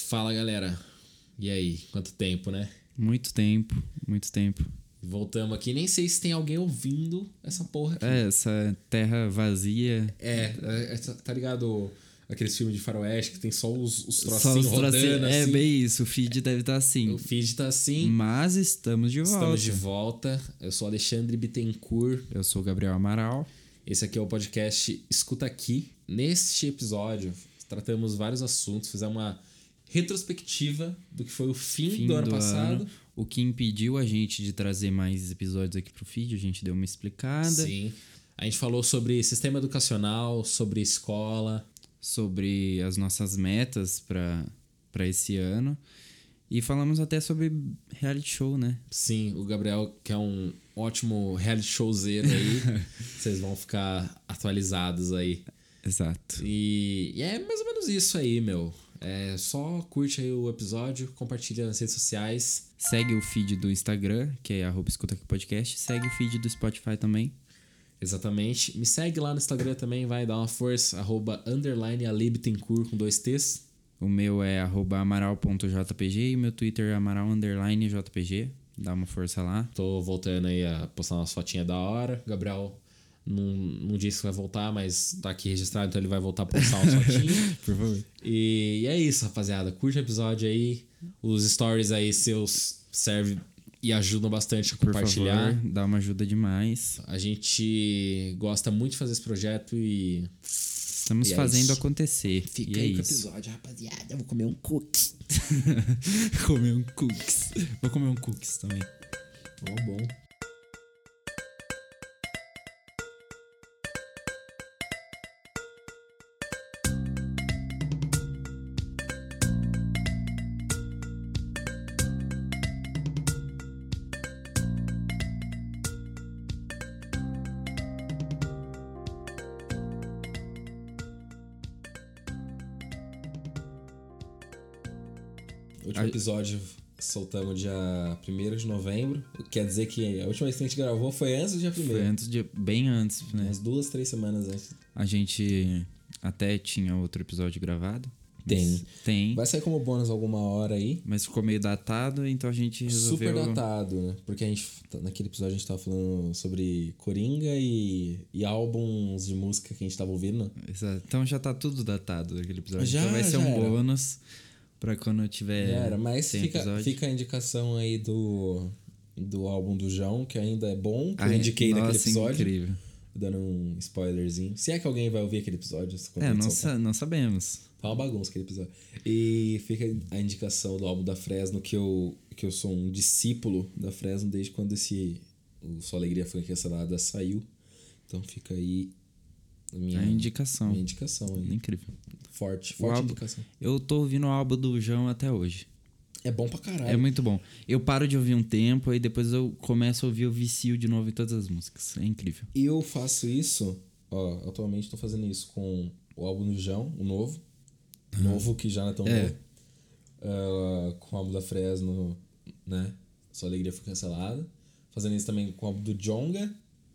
Fala, galera. E aí? Quanto tempo, né? Muito tempo. Voltamos aqui. Nem sei se tem alguém ouvindo essa porra aqui. Essa terra vazia. Tá ligado? Aqueles filmes de faroeste que tem só os Só trocinhos os rodando trocinhos. assim. É bem isso, o feed deve estar assim. O feed tá assim. Mas estamos de volta. Estamos de volta. Eu sou Alexandre Bittencourt. Eu sou o Gabriel Amaral. Esse aqui é o podcast Escuta Aqui. Neste episódio, tratamos vários assuntos. Fizemos uma retrospectiva do que foi o fim do ano passado. O que impediu a gente de trazer mais episódios aqui pro feed, a gente deu uma explicada. Sim. A gente falou sobre sistema educacional, sobre escola, sobre as nossas metas para esse ano. E falamos até sobre reality show, né? Sim, o Gabriel, que é um ótimo reality showzeiro aí. Vocês vão ficar atualizados aí. Exato. E é mais ou menos isso aí, meu. Só curte aí o episódio, compartilha nas redes sociais. Segue o feed do Instagram, que é @escutaquipodcast. Segue o feed do Spotify também. Exatamente. Me segue lá no Instagram também, vai dar uma força. @_alibtencourt com 2 T's. O meu é @amaral.jpg e o meu Twitter é amaral_jpg. Dá uma força lá. Tô voltando aí a postar umas fotinhas da hora. O Gabriel não disse que vai voltar, mas tá aqui registrado, então ele vai voltar a postar umas fotinhas. Por favor. E é isso, rapaziada. Curte o episódio aí. Os stories aí seus servem e ajudam bastante a compartilhar. Por favor, dá uma ajuda demais. A gente gosta muito de fazer esse projeto e... Estamos fazendo isso. acontecer. Fica e aí é com o isso. episódio, rapaziada. Eu vou comer um cookie. Comer um cookies. Vou comer um cookies também. Bom. O último episódio soltamos dia 1º de novembro. Quer dizer que a última vez que a gente gravou foi antes do dia 1º. Foi bem antes, né? Umas 2-3 semanas antes. A gente até tinha outro episódio gravado. Tem. Vai sair como bônus alguma hora aí. Mas ficou meio datado, então a gente resolveu... Super datado, né? Porque naquele episódio a gente tava falando sobre Coringa e álbuns de música que a gente tava ouvindo. Exato. Então já tá tudo datado aquele episódio. Já, então vai ser já um era. bônus pra quando tiver... Já era, mas sem episódio. fica a indicação aí do álbum do João, que ainda é bom, que eu indiquei naquele episódio. Incrível. Dando um spoilerzinho. Se é que alguém vai ouvir aquele episódio. Não sabemos. Tá uma bagunça aquele episódio. E fica a indicação do álbum da Fresno, que eu sou um discípulo da Fresno desde quando o Sua Alegria Foi Cancelada saiu. Então fica aí a minha indicação. Minha indicação aí. Incrível. Forte indicação. Eu tô ouvindo o álbum do João até hoje. É bom pra caralho. É muito bom. Eu paro de ouvir um tempo, aí depois eu começo a ouvir o vicio de novo em todas as músicas. É incrível. E eu faço isso, atualmente tô fazendo isso com o álbum do João, o novo. Novo que já não é tão novo. Com o álbum da Fresno, né? Sua Alegria Foi Cancelada. Fazendo isso também com o álbum do Djonga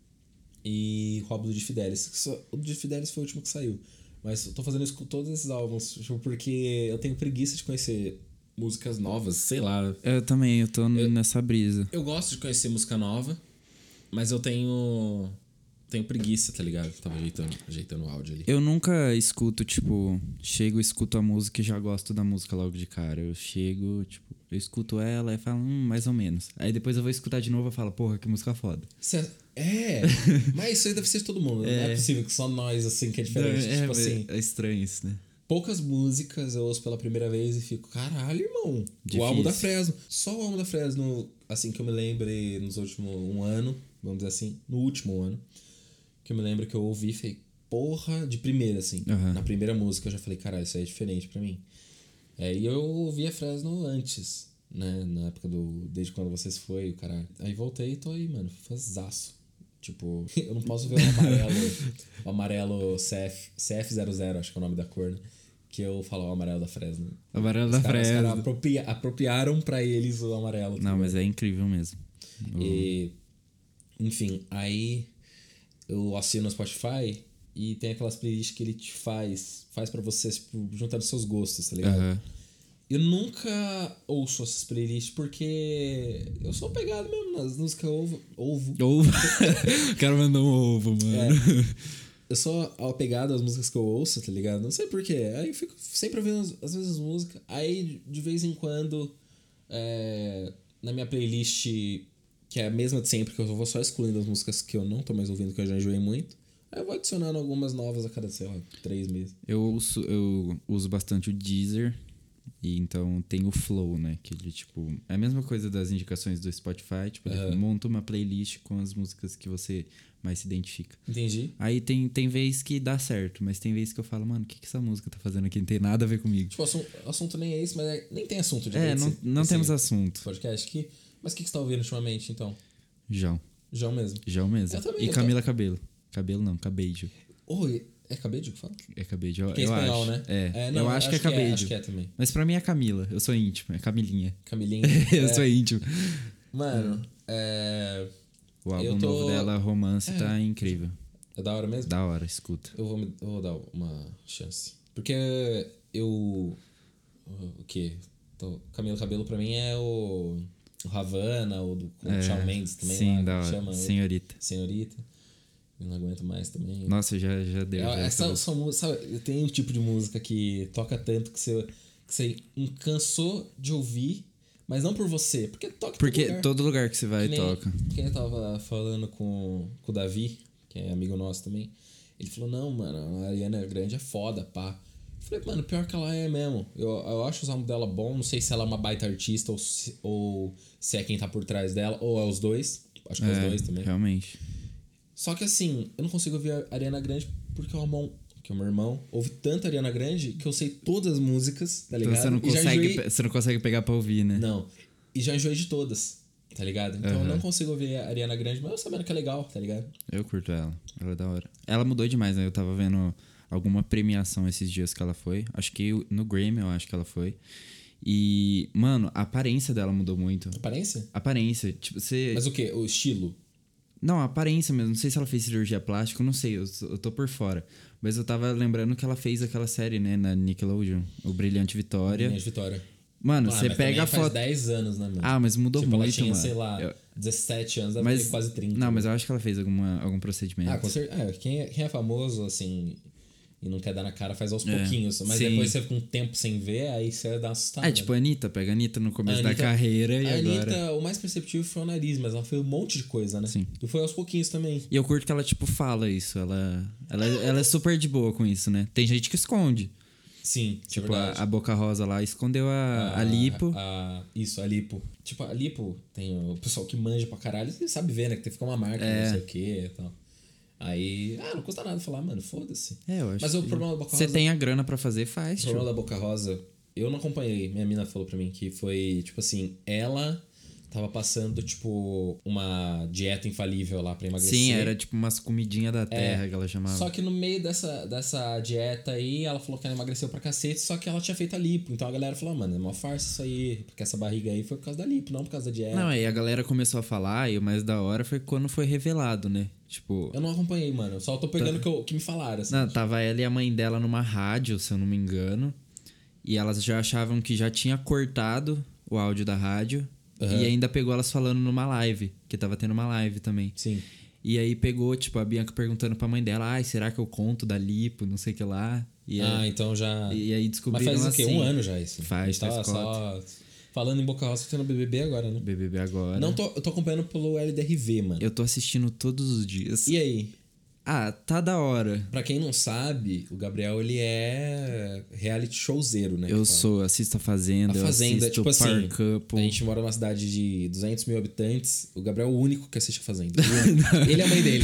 e com o álbum do Di Fidelis. O Di Fidelis foi o último que saiu. Mas eu tô fazendo isso com todos esses álbuns, porque eu tenho preguiça de conhecer músicas novas, sei lá. Eu também, eu tô nessa brisa. Eu gosto de conhecer música nova, mas eu tenho preguiça, tá ligado? Tava ajeitando o áudio ali. Eu nunca escuto, chego, escuto a música e já gosto da música logo de cara. Eu chego, eu escuto ela e falo, mais ou menos. Aí depois eu vou escutar de novo e falo, porra, que música foda. Mas isso aí deve ser de todo mundo. Não é possível que só nós, assim, que é diferente. Assim, é estranho isso, né? poucas músicas eu ouço pela primeira vez e fico, caralho, irmão. Difícil. O álbum da Fresno. Só o álbum da Fresno, assim, que eu me lembre nos últimos um ano, vamos dizer assim, no último ano, que eu me lembro que eu ouvi e falei, porra, de primeira, assim. Uhum. Na primeira música eu já falei, caralho, isso aí é diferente pra mim. E eu ouvi a Fresno antes, né? Na época desde quando vocês foi, o caralho. Aí voltei e tô aí, mano, fãzaço. Tipo, eu não posso ver o amarelo CF00, acho que é o nome da cor, né? Que eu falo o amarelo da Fresno. O amarelo da Fresno. Os caras apropriaram pra eles o amarelo. Não, mas é incrível mesmo. E, enfim, aí eu assino no Spotify e tem aquelas playlists que ele te faz pra você, tipo, juntar os seus gostos, tá ligado? Uhum. eu nunca ouço essas playlists porque eu sou apegado mesmo nas músicas ovo. Ovo. O cara mandou um ovo, mano. Eu sou apegado às músicas que eu ouço, tá ligado? Não sei porquê. Aí eu fico sempre ouvindo as mesmas músicas. Aí, de vez em quando, na minha playlist, que é a mesma de sempre, que eu vou só excluindo as músicas que eu não tô mais ouvindo, que eu já enjoei muito. Aí eu vou adicionando algumas novas a cada, sei lá, 3 meses. Eu uso bastante o Deezer. E então tem o Flow, né? Que ele, tipo... É a mesma coisa das indicações do Spotify. Tipo, ele monta uma playlist com as músicas que você mais se identifica. Entendi. Aí tem vez que dá certo, mas tem vez que eu falo, mano, o que essa música tá fazendo aqui? Não tem nada a ver comigo. Tipo, o assunto nem é esse, mas nem tem assunto de não temos assunto. Podcast aqui. Mas o que você tá ouvindo ultimamente, então? João mesmo. Eu também. E Camila Cabello. Cabelo não, Cabello. Oi, é Cabello que fala? É Cabello, que é espanhol, acho. né? Não, eu acho que é Cabello. Acho que é também. Mas pra mim é Camila, eu sou íntimo, é Camilinha. Camilinha. Eu sou íntimo. Mano, O álbum novo dela, Romance, tá incrível. É da hora mesmo? Da hora, escuta. Eu vou dar uma chance. Porque o quê? Camila Cabello pra mim é o Havana, o do Shawn Mendes também. Sim, lá, da hora. Chama Senhorita. Eu não aguento mais também. Nossa, já deu. Essa música, sabe, tem um tipo de música que toca tanto que você cansou de ouvir, mas não por você, porque toca todo lugar que você vai toca. Quem eu tava falando com o Davi, que é amigo nosso também, ele falou, não, mano, a Ariana Grande é foda, pá. Eu falei, mano, pior que ela é mesmo. Eu acho os álbuns dela bom, não sei se ela é uma baita artista ou se é quem tá por trás dela, ou é os dois. Acho que é os dois também. Realmente. Só que assim, eu não consigo ouvir a Ariana Grande porque o meu irmão ouve tanto a Ariana Grande que eu sei todas as músicas, tá ligado? Então você não consegue pegar pra ouvir, né? Não. E já enjoei de todas, tá ligado? Então eu não consigo ouvir a Ariana Grande, mas eu sabendo que é legal, tá ligado? Eu curto ela. Ela é da hora. Ela mudou demais, né? Eu tava vendo alguma premiação esses dias que ela foi. Acho que no Grammy eu acho que ela foi. E, mano, a aparência dela mudou muito. Aparência? Aparência. Tipo, você... Mas o quê? O estilo? Não, a aparência mesmo. Não sei se ela fez cirurgia plástica, eu não sei, eu tô por fora. Mas eu tava lembrando que ela fez aquela série, né, na Nickelodeon, O Brilhante Vitória. Brilhante Vitória. Mano, você pega a foto... faz 10 anos, né, mano? Ah, mas mudou muito, ela tinha, mano. sei lá, 17 anos, ela tem quase 30. Não, mas eu acho que ela fez algum procedimento. Ah, com certeza. Quem é famoso, assim... E não quer dar na cara, faz aos pouquinhos. Mas depois você fica um tempo sem ver, aí você dá uma assustada. Tipo a Anitta. Pega a Anitta no começo da carreira e agora... A Anitta, o mais perceptível foi o nariz, mas ela fez um monte de coisa, né? Sim. E foi aos pouquinhos também. E eu curto que ela, tipo, fala isso. Ela é super de boa com isso, né? Tem gente que esconde. Sim, tipo, a Boca Rosa lá escondeu a lipo. Isso, a lipo. Tipo, a lipo tem o pessoal que manja pra caralho e sabe ver, né? Que fica uma marca, não sei o que e tal. Aí, não custa nada falar, mano, foda-se. Eu acho. Mas o problema da Boca Rosa... Você tem a grana pra fazer, faz. O problema da Boca Rosa, eu não acompanhei. Minha mina falou pra mim que foi, tipo assim, ela tava passando, tipo, uma dieta infalível lá pra emagrecer. Sim, era tipo umas comidinhas da terra que ela chamava. Só que no meio dessa dieta aí, ela falou que ela emagreceu pra cacete, só que ela tinha feito a lipo. Então a galera falou, mano, é uma farsa isso aí, porque essa barriga aí foi por causa da lipo, não por causa da dieta. Não, aí a galera começou a falar, e o mais da hora foi quando foi revelado, né? Tipo... Eu não acompanhei, mano, só tô pegando o que me falaram, assim. Não, tava ela e a mãe dela numa rádio, se eu não me engano, e elas já achavam que já tinha cortado o áudio da rádio. E ainda pegou elas falando numa live, que tava tendo uma live também. Sim. E aí pegou, tipo, a Bianca perguntando pra mãe dela, será que eu conto da lipo, não sei o que lá. Então já... E aí descobriram assim... Mas faz o quê? Um ano já isso? Faz só falando em Boca Rosa, tá tendo BBB agora, né? BBB agora. Não, eu tô acompanhando pelo LDRV, mano. Eu tô assistindo todos os dias. E aí? Tá da hora. Pra quem não sabe, o Gabriel, ele é reality showzeiro, né? Eu assisto a Fazenda, eu assisto tipo assim, Power Couple. A gente mora numa cidade de 200 mil habitantes, o Gabriel é o único que assiste a Fazenda. Ele é a mãe dele.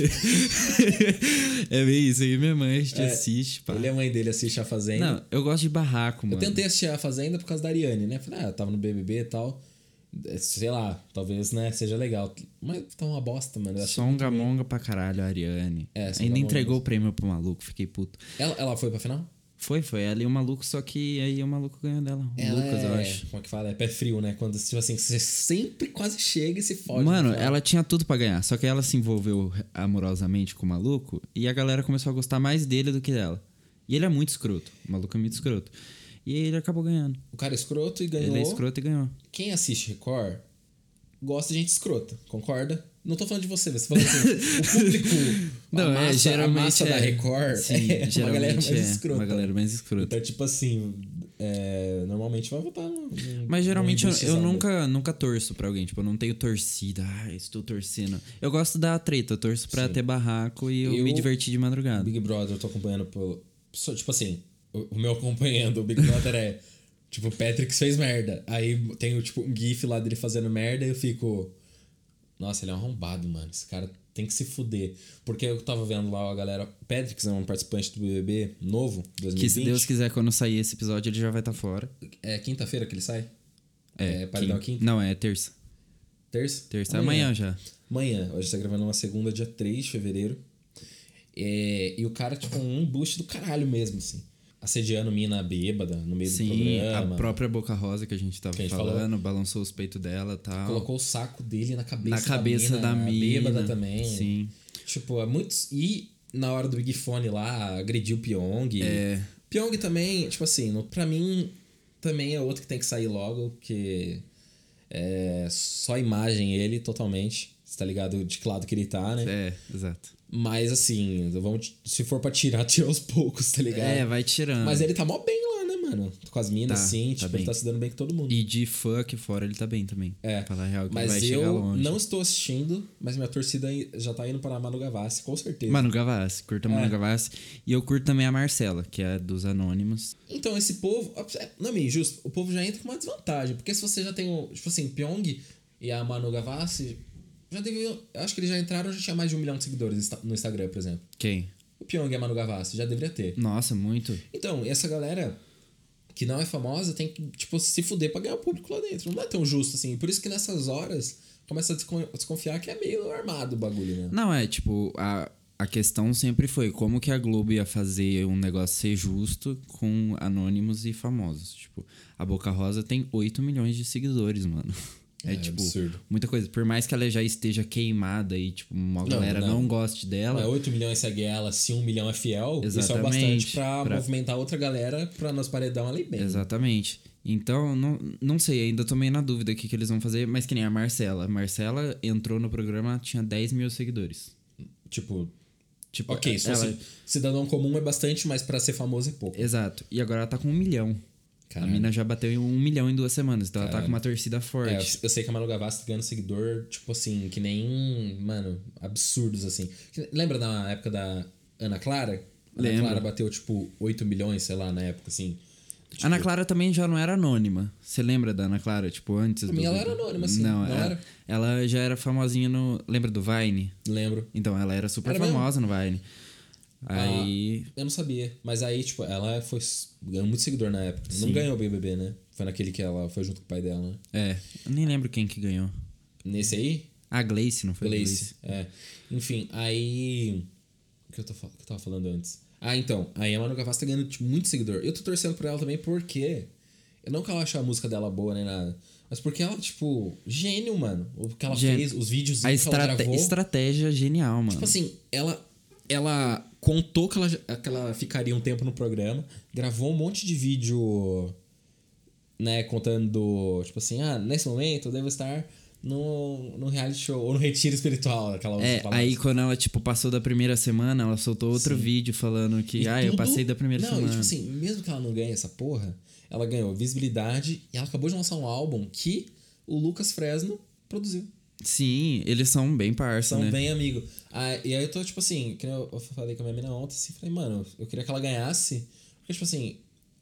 É bem isso, aí minha mãe a gente assiste. Pá. Ele é a mãe dele, assiste a Fazenda. Não, eu gosto de barraco, mano. Eu tentei assistir a Fazenda por causa da Ariane, né? Falei, eu tava no BBB e tal... Sei lá, talvez, né, seja legal. Mas tá uma bosta, mano. Songamonga pra caralho, a Ariane. Ainda entregou o prêmio pro maluco, fiquei puto. Ela foi pra final? Foi. Ela e o maluco, só que aí o maluco ganhou dela. O Lucas, eu acho. Como é que fala? É pé frio, né? Quando, tipo assim, você sempre quase chega e se fode. Mano, ela tinha tudo pra ganhar. Só que ela se envolveu amorosamente com o maluco e a galera começou a gostar mais dele do que dela. E ele é muito escroto. O maluco é muito escroto. E ele acabou ganhando. O cara é escroto e ganhou. Ele é escroto e ganhou. Quem assiste Record gosta de gente escrota, concorda? Não tô falando de você falando assim, o público, não, a massa da Record sim, é uma galera mais escrota. Uma galera mais escrota. Então, tipo assim, normalmente vai votar mas geralmente eu nunca torço pra alguém. Tipo, eu não tenho torcida. Estou torcendo. Eu gosto da treta, eu torço pra ter barraco e eu me divertir de madrugada. Big Brother, eu tô acompanhando tipo assim, o meu acompanhando o Big Brother é tipo, o Patrick fez merda. Aí tem tipo um gif lá dele fazendo merda e eu fico... Nossa, ele é um arrombado, mano. Esse cara tem que se fuder. Porque eu tava vendo lá a galera... Patrick é um participante do BBB novo, 2020. Que se Deus quiser, quando sair esse episódio, ele já vai estar fora. É quinta-feira que ele sai? Paredão quinta? Não, é terça. Terça? Terça, amanhã já. Amanhã. Hoje tá gravando uma segunda, dia 3 de fevereiro. E o cara, tipo, um boost do caralho mesmo, assim. Assediando mina bêbada no meio do programa. A própria Boca Rosa que a gente tava falando, balançou os peitos dela e tal. Colocou o saco dele na cabeça da mina. Bêbada também. Sim. Tipo, é muito... E na hora do Big Fone lá, agrediu o Pyong. Pyong também, tipo assim, pra mim, também é outro que tem que sair logo, porque é só imagem ele totalmente. Você tá ligado de que lado que ele tá, né? Exato. Mas assim, se for pra tirar, tira aos poucos, tá ligado? Vai tirando. Mas ele tá mó bem lá, né, mano? Com as minas, sim, tipo, bem. ele tá se dando bem com todo mundo. E de fã aqui fora ele tá bem também. Falar a real que mas vai chegar longe. Eu não estou assistindo, mas minha torcida já tá indo para a Manu Gavassi, com certeza. Manu Gavassi, curto a Manu Gavassi. E eu curto também a Marcela, que é dos Anônimos. Então, esse povo... Não é meio injusto, o povo já entra com uma desvantagem. Porque se você já tem tipo assim, Pyong e a Manu Gavassi... Já deviam... Acho que eles já entraram, já tinha mais de 1 milhão de seguidores no Instagram, por exemplo. Quem? O Pyong e a Manu Gavassi, já deveria ter. Nossa, muito. Então, essa galera que não é famosa tem que, tipo, se fuder pra ganhar o público lá dentro. Não é tão justo assim. Por isso que nessas horas começa a desconfiar que é meio armado o bagulho, né? Não, tipo... A questão sempre foi como que a Globo ia fazer um negócio ser justo com anônimos e famosos. Tipo, a Boca Rosa tem 8 milhões de seguidores, mano. Tipo, absurdo. Muita coisa. Por mais que ela já esteja queimada e, tipo, uma galera não goste dela... Mas 8 milhões segue ela, se 1 milhão é fiel, exatamente, isso é o bastante pra movimentar outra galera pra nos paredão ali bem. Exatamente. Então, não sei, ainda tô meio na dúvida o que eles vão fazer, mas que nem a Marcela. A Marcela entrou no programa, tinha 10 mil seguidores. Tipo ok, cidadão comum é bastante, mas pra ser famoso é pouco. Exato. E agora ela tá com 1 milhão. Caralho. A mina já bateu em 1 milhão em 2 semanas, então ela tá com uma torcida forte. Eu sei que a Manu Gavassi tá ganhando seguidor, tipo assim, que nem, mano, absurdos, assim. Lembra na época da Ana Clara? Ana Clara bateu, tipo, 8 milhões, sei lá, na época, assim. Tipo... Ana Clara também já não era anônima. Você lembra da Ana Clara? Tipo, antes pra mim ela era anônima, assim. Não era? Ela já era famosinha no... Lembra do Vine? Lembro. Então, ela era super famosa no Vine. Aí... eu não sabia. Mas aí, tipo, ela ganhou muito seguidor na época. Sim. Não ganhou o BBB, né? Foi naquele que ela foi junto com o pai dela, né? Eu nem lembro quem que ganhou. Nesse aí? A Gleice, não foi? Gleice. Enfim, aí... O que eu tava falando antes? Então. Aí a Manu Gavassi tá ganhando tipo, muito seguidor. Eu tô torcendo por ela também porque... Eu não que ela ache a música dela boa nem nada. Mas porque ela, tipo... Gênio, mano. O que ela fez, os vídeos que ela gravou. Estratégia genial, mano. Tipo assim, ela contou que ela ficaria um tempo no programa. Gravou um monte de vídeo... Né, contando... Tipo assim, nesse momento eu devo estar... No reality show, ou no retiro espiritual, aquela aí quando ela, tipo, passou da primeira semana, ela soltou outro vídeo falando que, eu passei da primeira semana. Não, tipo assim, mesmo que ela não ganhe essa porra, ela ganhou visibilidade e ela acabou de lançar um álbum que o Lucas Fresno produziu. Sim, eles são bem parça, né? São bem amigos. E aí eu tô, tipo assim, que eu falei com a minha mina ontem, assim, falei, mano, eu queria que ela ganhasse, porque, tipo assim,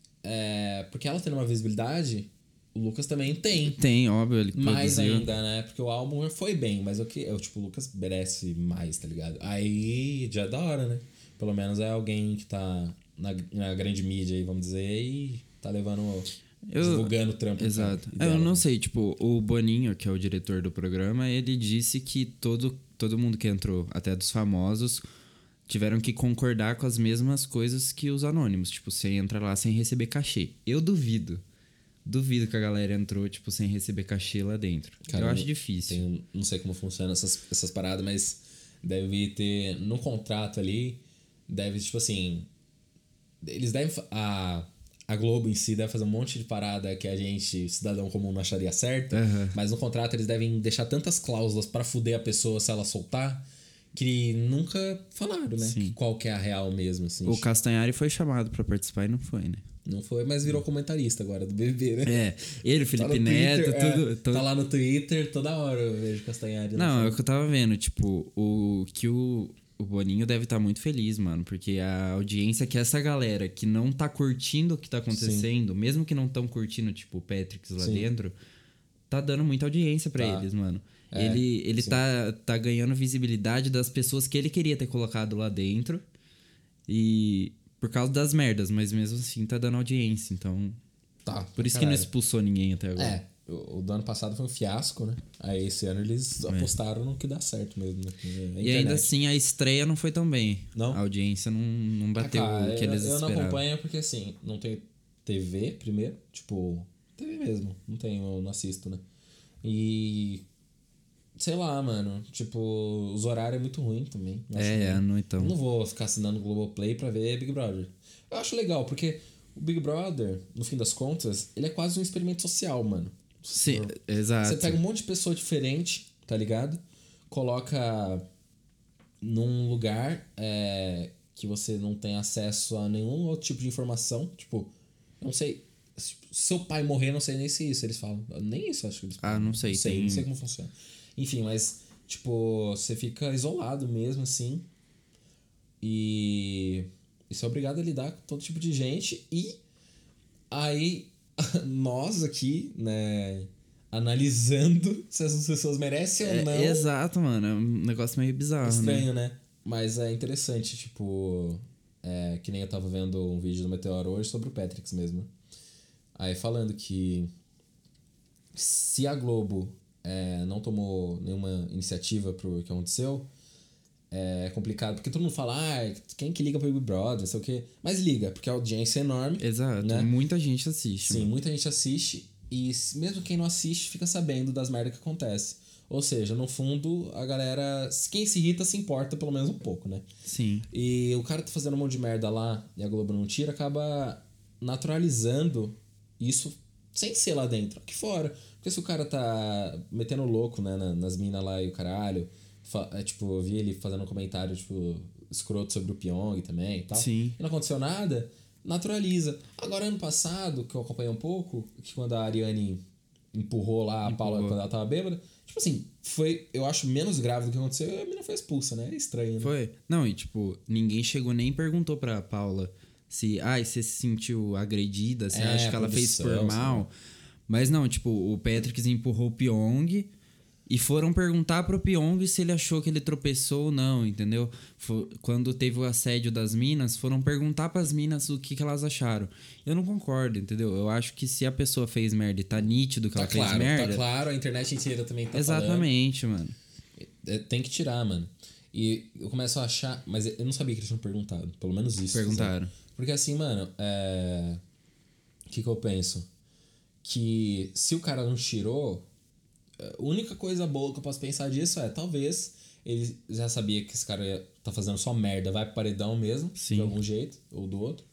porque ela tendo uma visibilidade... O Lucas também tem. Tem, óbvio, ele mais produziu. ainda, né? Porque o álbum foi bem, mas tipo, o Lucas merece mais, tá ligado? Aí já é da hora, né? Pelo menos é alguém que tá na grande mídia aí, vamos dizer, e tá levando... divulgando o trampo. Exato. Eu não sei, tipo, o Boninho, que é o diretor do programa, ele disse que todo mundo que entrou, até dos famosos, tiveram que concordar com as mesmas coisas que os anônimos. Tipo, você entra lá sem receber cachê. Eu duvido. Duvido que a galera entrou, tipo, sem receber cachê lá dentro. Cara, eu acho difícil. Não sei como funcionam essas paradas, mas deve ter... No contrato ali, deve, tipo assim... Eles devem... A a Globo em si deve fazer um monte de parada que a gente, cidadão comum, não acharia certa, mas no contrato eles devem deixar tantas cláusulas pra fuder a pessoa se ela soltar, que nunca falaram, né? Que qual que é a real mesmo, assim. O Castanhari foi chamado pra participar e não foi, né? Não foi, mas virou comentarista agora do BBB, né? Ele, Felipe Neto, Twitter, tudo. Tá lá no Twitter, toda hora eu vejo Castanhari. Não, é o que eu tava vendo, tipo, o Boninho deve estar muito feliz, mano, porque a audiência que essa galera que não tá curtindo o que tá acontecendo, mesmo que não tão curtindo, tipo, o Patrick lá dentro, tá dando muita audiência pra eles, mano. Ele tá ganhando visibilidade das pessoas que ele queria ter colocado lá dentro e por causa das merdas, mas mesmo assim tá dando audiência, então... Por isso que não expulsou ninguém até agora. O do ano passado foi um fiasco, né? Aí esse ano eles apostaram no que dá certo mesmo, né? E ainda assim a estreia não foi tão bem. Não? A audiência não bateu o que eles esperavam. Eu não acompanho porque assim, não tenho TV primeiro, tipo, TV mesmo, não assisto, né? E sei lá, mano, tipo, os horários é muito ruim também. Então. Eu não vou ficar assinando o Globoplay pra ver Big Brother. Eu acho legal, porque o Big Brother, no fim das contas, ele é quase um experimento social, mano. Sim, exato. Você pega um monte de pessoa diferente, tá ligado? Coloca num lugar que você não tem acesso a nenhum outro tipo de informação. Tipo, não sei. Se seu pai morrer, não sei nem se isso eles falam. Nem isso acho que eles falam. Não sei. Não sei como funciona. Enfim, mas, tipo, você fica isolado mesmo, assim. E você é obrigado a lidar com todo tipo de gente. E aí, nós aqui, né, analisando se essas pessoas merecem ou não. Exato, mano. É um negócio meio bizarro, estranho, né? Mas é interessante, tipo... que nem eu tava vendo um vídeo do Meteoro hoje sobre o Patrick mesmo. Aí falando que se a Globo não tomou nenhuma iniciativa pro que aconteceu, é complicado. Porque todo mundo fala, quem que liga pro Big Brother, não sei o quê. Mas liga, porque a audiência é enorme. Exato, né? Muita gente assiste. Sim, muita gente assiste. E mesmo quem não assiste fica sabendo das merdas que acontece. Ou seja, no fundo, a galera... Quem se irrita se importa pelo menos um pouco, né? Sim. E o cara tá fazendo um monte de merda lá e a Globo não tira, acaba naturalizando isso sem ser lá dentro, aqui fora. Porque se o cara tá metendo louco, né, nas minas lá e o caralho... tipo, eu vi ele fazendo um comentário, tipo, escroto sobre o Pyong também e tal. Sim. E não aconteceu nada, naturaliza. Agora, ano passado, que eu acompanhei um pouco, que quando a Ariane empurrou lá a Paula quando ela tava bêbada, tipo assim, foi, eu acho, menos grave do que aconteceu e a menina foi expulsa, né? É estranho, né? Foi. Não, e tipo, ninguém chegou nem perguntou pra Paula se você se sentiu agredida, você acha que ela fez por mal. Mas não, tipo, o Patrick empurrou o Pyong e foram perguntar pro Pyong se ele achou que ele tropeçou ou não, entendeu? Quando teve o assédio das minas, foram perguntar pras minas o que elas acharam. Eu não concordo, entendeu? Eu acho que se a pessoa fez merda e tá nítido que ela fez merda... Tá claro, a internet inteira também tá Exatamente, falando. Mano. Tem que tirar, mano. E eu começo a achar... Mas eu não sabia que eles tinham perguntado. Pelo menos isso. Perguntaram. Porque assim, mano... O que eu penso? Que se o cara não tirou... A única coisa boa que eu posso pensar disso talvez ele já sabia que esse cara tá fazendo só merda, vai pro paredão mesmo, Sim. de algum jeito, ou do outro.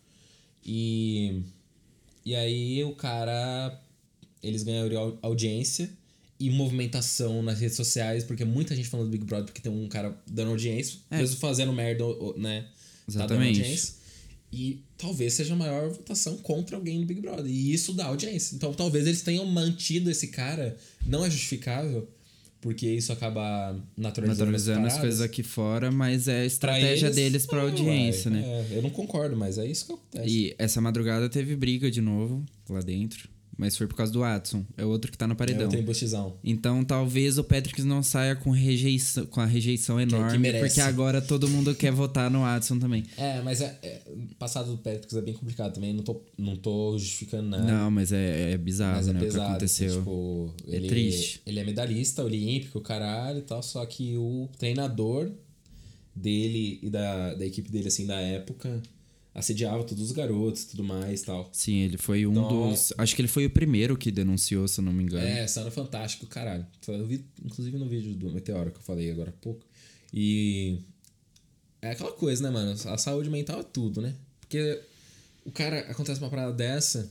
E aí o cara... Eles ganharam audiência e movimentação nas redes sociais, porque muita gente falando do Big Brother, porque tem um cara dando audiência, mesmo fazendo merda, né? Exatamente. Tá dando audiência. E talvez seja a maior votação contra alguém no Big Brother. E isso dá audiência. Então talvez eles tenham mantido esse cara. Não é justificável, porque isso acaba naturalizando as coisas aqui fora, mas é a estratégia deles pra audiência, né? Eu não concordo, mas é isso que acontece. E essa madrugada teve briga de novo lá dentro. Mas foi por causa do Watson. É outro que tá no paredão. Tem embustizão. Então talvez o Patrick não saia com a rejeição enorme. Que merece. Porque agora todo mundo quer votar no Watson também. Mas passado do Patrick é bem complicado também. Não tô justificando nada. Não, mas é bizarro, mas né? Pesado, o que aconteceu. Assim, tipo, é triste. Ele é medalhista olímpico, caralho e tal. Só que o treinador dele e da equipe dele, assim, da época... assediava todos os garotos e tudo mais e tal. Sim, ele foi dos... Acho que ele foi o primeiro que denunciou, se eu não me engano. Cena fantástico, caralho. Eu vi, inclusive, no vídeo do Meteoro que eu falei agora há pouco. E... é aquela coisa, né, mano? A saúde mental é tudo, né? Porque o cara, acontece uma parada dessa,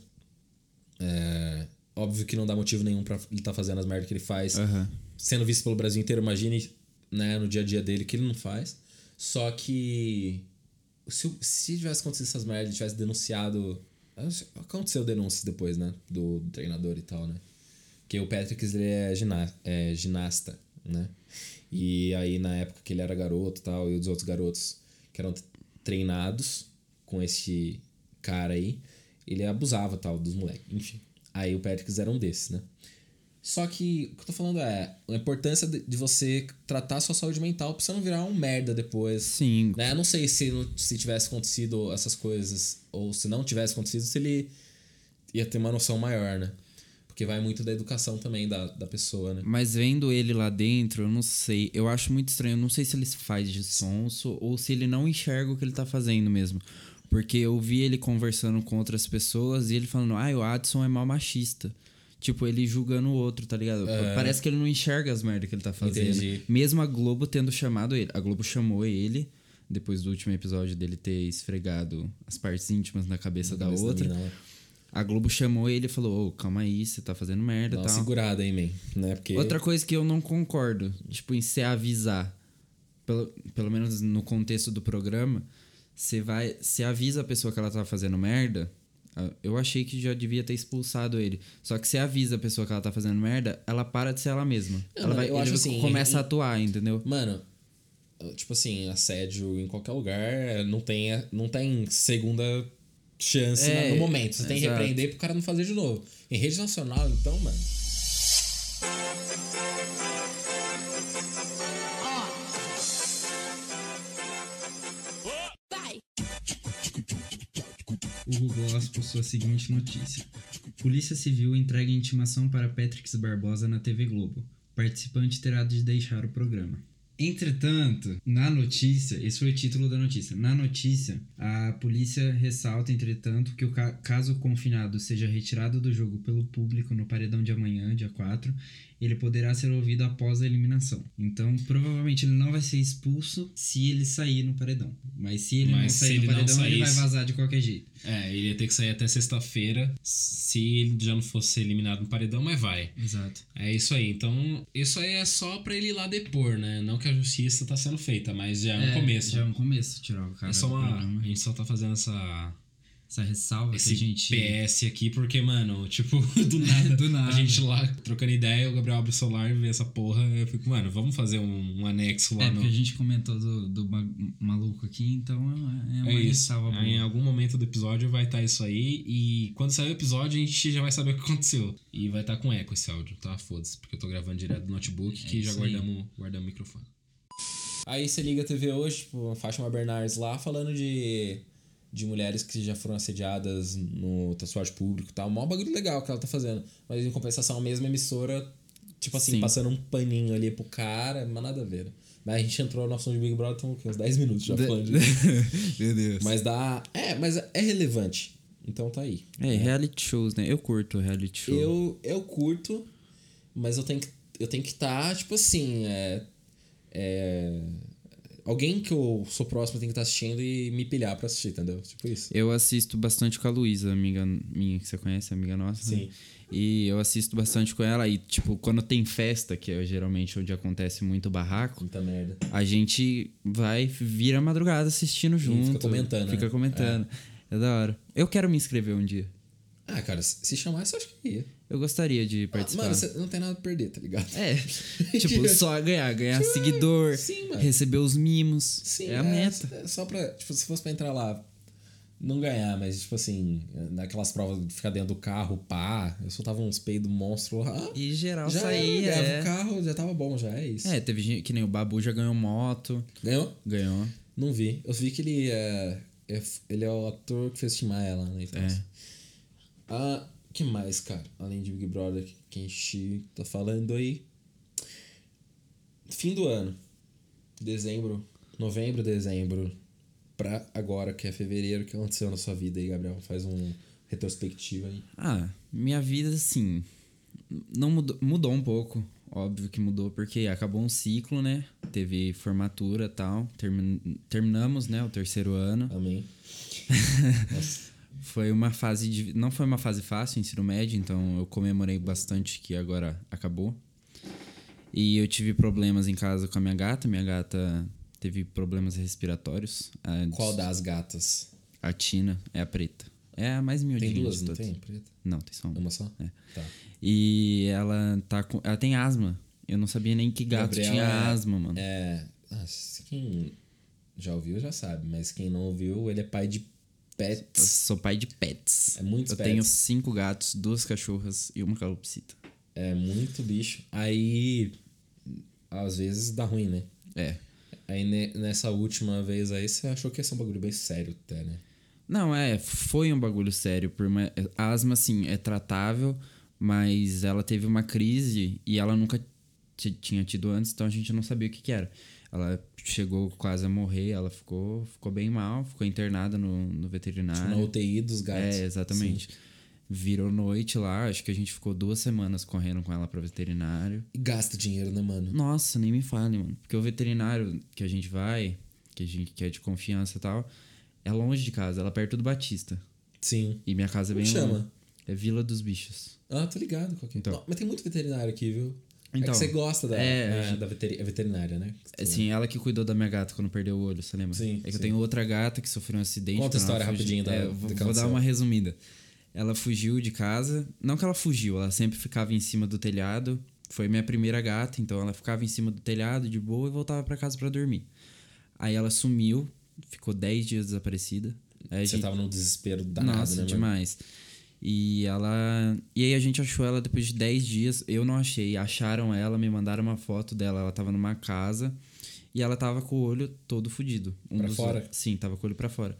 óbvio que não dá motivo nenhum pra ele tá fazendo as merdas que ele faz, sendo visto pelo Brasil inteiro, imagine, né, no dia a dia dele, que ele não faz. Só que se tivesse acontecido essas merdas, ele tivesse denunciado... Aconteceu denúncias depois, né, do treinador e tal, né? Porque o Patrick, ele é ginasta, né? E aí, na época que ele era garoto e tal, e os outros garotos que eram treinados com esse cara aí, ele abusava tal dos moleques. Enfim, aí o Patrick era um desses, né? Só que o que eu tô falando é a importância de você tratar a sua saúde mental pra você não virar um merda depois. Sim. Né? Eu não sei se tivesse acontecido essas coisas, ou se não tivesse acontecido, se ele ia ter uma noção maior, né? Porque vai muito da educação também da pessoa, né? Mas vendo ele lá dentro, eu não sei. Eu acho muito estranho. Eu não sei se ele se faz de sonso ou se ele não enxerga o que ele tá fazendo mesmo. Porque eu vi ele conversando com outras pessoas e ele falando, o Adson é mal machista. Tipo, ele julgando o outro, tá ligado? Parece que ele não enxerga as merdas que ele tá fazendo. Entendi. Mesmo a Globo tendo chamado ele. A Globo chamou ele, depois do último episódio dele ter esfregado as partes íntimas na cabeça da outra. A Globo chamou ele e falou, calma aí, você tá fazendo merda e tal. Segurada aí, man. Né? Porque... Outra coisa que eu não concordo, tipo, em se avisar, pelo menos no contexto do programa, você avisa a pessoa que ela tá fazendo merda. Eu achei que já devia ter expulsado ele. Só que você avisa a pessoa que ela tá fazendo merda, ela para de ser ela mesma. Ele começa a atuar, entendeu? Mano, tipo assim, assédio em qualquer lugar não tem segunda chance no momento. Você tem que repreender pro cara não fazer de novo. Em rede nacional, então, mano... O Google Gloss postou a seguinte notícia. Polícia Civil entrega intimação para Patrick Barbosa na TV Globo. Participante terá de deixar o programa. Entretanto, na notícia, esse foi o título da notícia. Na notícia, a polícia ressalta, entretanto, que o caso o confinado seja retirado do jogo pelo público no paredão de amanhã, dia 4, ele poderá ser ouvido após a eliminação. Então, provavelmente ele não vai ser expulso se ele sair no paredão. Mas se ele não sair no paredão, ele vai vazar de qualquer jeito. Ele ia ter que sair até sexta-feira se ele já não fosse eliminado no paredão, mas vai. Exato. É isso aí. Então, isso aí é só pra ele ir lá depor, né? Não que a justiça tá sendo feita, mas já é um começo. Já é um começo tirar o cara do programa. A gente só tá fazendo essa ressalva, esse PS aqui, porque, mano, tipo, do nada, a gente lá trocando ideia, o Gabriel abre o celular e vê essa porra, eu fico, mano, vamos fazer um anexo lá porque a gente comentou do maluco aqui, então é uma ressalva boa. Em algum momento do episódio vai estar isso aí, e quando sair o episódio a gente já vai saber o que aconteceu. E vai estar com eco esse áudio, tá? Foda-se, porque eu tô gravando direto do notebook, que já guardamos o microfone. Aí você liga a TV hoje, tipo, Fátima Bernardes lá, falando de mulheres que já foram assediadas no transporte público e tal. Um bagulho legal que ela tá fazendo. Mas em compensação, a mesma emissora, tipo assim, passando um paninho ali pro cara, mas nada a ver. Né? Mas a gente entrou no assunto de Big Brother, estamos uns 10 minutos já falando disso. Meu Deus. Mas mas é relevante. Então tá aí. Reality shows, né? Eu curto reality show. Eu curto, mas eu tenho que estar, tipo assim, alguém que eu sou próximo tem que estar assistindo e me pilhar pra assistir, entendeu? Tipo isso. Eu assisto bastante com a Luísa, amiga minha que você conhece, amiga nossa. Sim. Né? E eu assisto bastante com ela. E, tipo, quando tem festa, que é geralmente onde acontece muito barraco, muita merda. A gente vira madrugada assistindo junto. Fica comentando. Fica comentando. É da hora. Eu quero me inscrever um dia. Cara, se chamasse, eu acho que ia. Eu gostaria de participar. Mano, você não tem nada a perder, tá ligado? Tipo, só ganhar seguidor, sim, mano. Receber os mimos. Sim, a meta. É só pra, tipo, se fosse pra entrar lá, não ganhar, mas, tipo assim, naquelas provas de ficar dentro do carro, eu soltava uns peidos monstros lá. E geral já saía. O carro já tava bom, já é isso. Teve gente que nem o Babu já ganhou moto. Ganhou? Ganhou. Não vi. Eu vi que ele é o ator que fez Tim Maia lá, né? Então, que mais, cara? Além de Big Brother, que a gente tá falando aí. Fim do ano. Novembro, dezembro. Pra agora, que é fevereiro. O que aconteceu na sua vida aí, Gabriel? Faz um retrospectiva aí. Minha vida, assim... Não mudou um pouco. Óbvio que mudou, porque acabou um ciclo, né? Teve formatura e tal. Terminamos, né? O terceiro ano. Amém. Nossa. Foi uma fase não foi uma fase fácil, ensino médio, então eu comemorei bastante que agora acabou. E eu tive problemas em casa com a minha gata. Minha gata teve problemas respiratórios. Qual das gatas? A Tina é a preta. É a mais miudinha. Tem duas, de não todas. tem? Preta? Não, tem só uma. Uma só? É. Tá. E ela tem asma. Eu não sabia nem que gato Gabriel tinha asma, mano. Quem já ouviu já sabe, mas quem não ouviu, ele é pai de Eu pets. sou pai de pets. É muitos Eu pets. tenho 5 gatos, 2 cachorras e uma calopsita. É muito bicho. Aí, às vezes dá ruim, né? É. Aí nessa última vez aí, você achou que ia ser um bagulho bem sério até, né? Não, foi um bagulho sério. A asma, assim, é tratável, mas ela teve uma crise e ela nunca tinha tido antes, então a gente não sabia o que era. Ela chegou quase a morrer, ela ficou bem mal, ficou internada no veterinário. Tipo, na UTI dos gatos. É, exatamente. Sim. Virou noite lá, acho que a gente ficou 2 semanas correndo com ela pro veterinário. E gasta dinheiro, né, mano? Nossa, nem me fale, mano. Porque o veterinário que a gente vai, que é de confiança e tal, é longe de casa, ela é perto do Batista. Sim. E minha casa é Como bem chama? longe. É Vila dos Bichos. Ah, tô ligado. Então. Não, mas tem muito veterinário aqui, viu? É Então, que você gosta da é veterinária, né? Assim, ela que cuidou da minha gata quando perdeu o olho, você lembra? Sim, É que sim. eu tenho outra gata que sofreu um acidente. Conta a quando ela história fugiu. rapidinho Vou aconteceu. dar uma resumida. Ela fugiu de casa. Não que ela fugiu, ela sempre ficava em cima do telhado. Foi minha primeira gata, então ela ficava em cima do telhado de boa e voltava pra casa pra dormir. Aí ela sumiu, ficou 10 dias desaparecida. Aí Você tava num desespero danado, Nossa, né, mano? demais. E aí a gente achou ela depois de 10 dias. Eu não achei. Acharam ela, me mandaram uma foto dela. Ela tava numa casa e ela tava com o olho todo fudido. Pra fora? Sim, tava com o olho pra fora.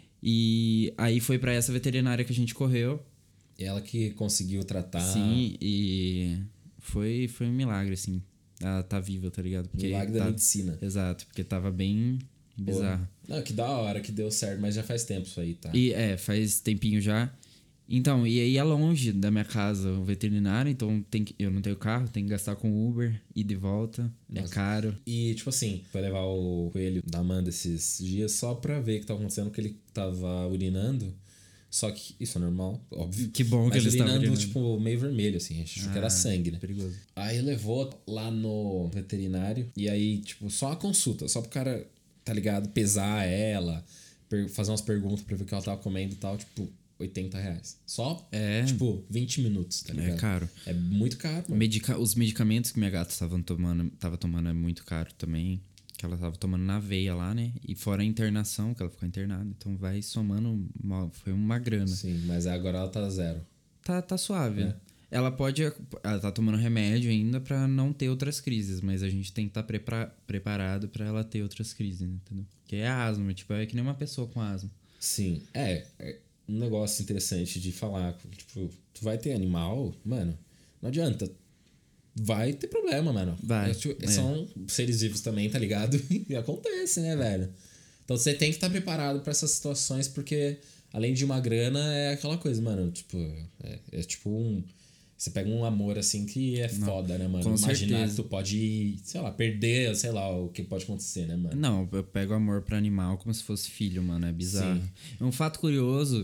E aí foi pra essa veterinária que a gente correu. E ela que conseguiu tratar. Sim, e foi um milagre, assim. Ela tá viva, tá ligado? Porque Milagre da medicina. Exato, porque tava bem bizarro. Não, que da hora que deu certo, mas já faz tempo isso aí, tá? E faz tempinho já. Então, e aí é longe da minha casa o veterinário, então eu não tenho carro, tenho que gastar com Uber, ir de volta, Nossa. é caro. E, tipo assim, foi levar o coelho da Amanda esses dias só pra ver o que tava acontecendo, que ele tava urinando. Só que isso é normal, óbvio. Que bom que mas ele estava urinando, urinando. tipo, meio vermelho, assim. A gente achou que era sangue, né? Perigoso. Aí levou lá no veterinário. E aí, tipo, só a consulta. Só pro cara, tá ligado? Pesar ela. Fazer umas perguntas pra ver o que ela tava comendo e tal. Tipo, R$80. Só, tipo, 20 minutos, tá ligado? É caro. É muito caro, mano. Os medicamentos que minha gata tava tomando é muito caro também. Que ela tava tomando na veia lá, né? E fora a internação, que ela ficou internada. Então vai somando, foi uma grana. Sim, mas agora ela tá zero. Tá suave. Ela tá tomando remédio ainda pra não ter outras crises, mas a gente tem que estar preparado pra ela ter outras crises, entendeu? Que é asma, tipo, é que nem uma pessoa com asma. Sim, é um negócio interessante de falar. Tipo, tu vai ter animal, mano, não adianta. Vai ter problema, mano. Vai. São seres vivos também, tá ligado? E acontece, né, velho? Então você tem que estar preparado pra essas situações, porque além de uma grana, é aquela coisa, mano. Tipo, é tipo um. Você pega um amor assim que é foda, né, mano? Com Imaginar certeza. que tu pode, sei lá, perder, sei lá, o que pode acontecer, né, mano? Não, eu pego amor pro animal como se fosse filho, mano. É bizarro. Sim. É um fato curioso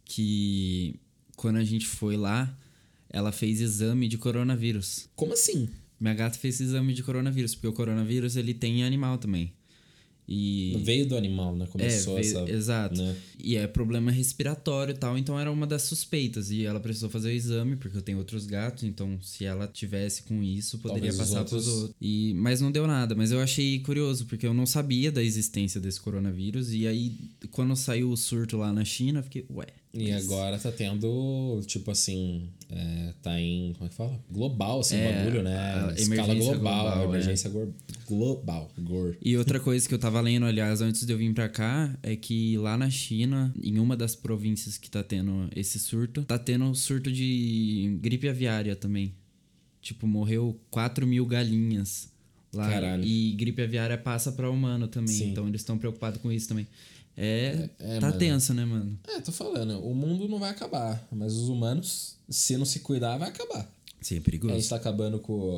que quando a gente foi lá, ela fez exame de coronavírus. Como assim? Minha gata fez exame de coronavírus, porque o coronavírus ele tem em animal também. E Veio do animal, né? Começou exato. Né? E é problema respiratório e tal, então era uma das suspeitas. E ela precisou fazer o exame, porque eu tenho outros gatos, então se ela tivesse com isso, poderia Talvez passar pros outros. Mas não deu nada. Mas eu achei curioso, porque eu não sabia da existência desse coronavírus. E aí, quando saiu o surto lá na China, eu fiquei, ué. E agora tá tendo, tipo assim, tá em, como é que fala? Global, assim, o bagulho, né? Escala global, emergência global. E outra coisa que eu tava lendo, aliás, antes de eu vir pra cá, é que lá na China, em uma das províncias que tá tendo esse surto, tá tendo surto de gripe aviária também. Tipo, morreu 4.000 galinhas lá. Caralho. E gripe aviária passa pra humano também, Sim. então eles estão preocupados com isso também. Tá mano. tenso, né, mano? Tô falando, o mundo não vai acabar, mas os humanos, se não se cuidar, vai acabar. Sim, é perigoso. A gente tá acabando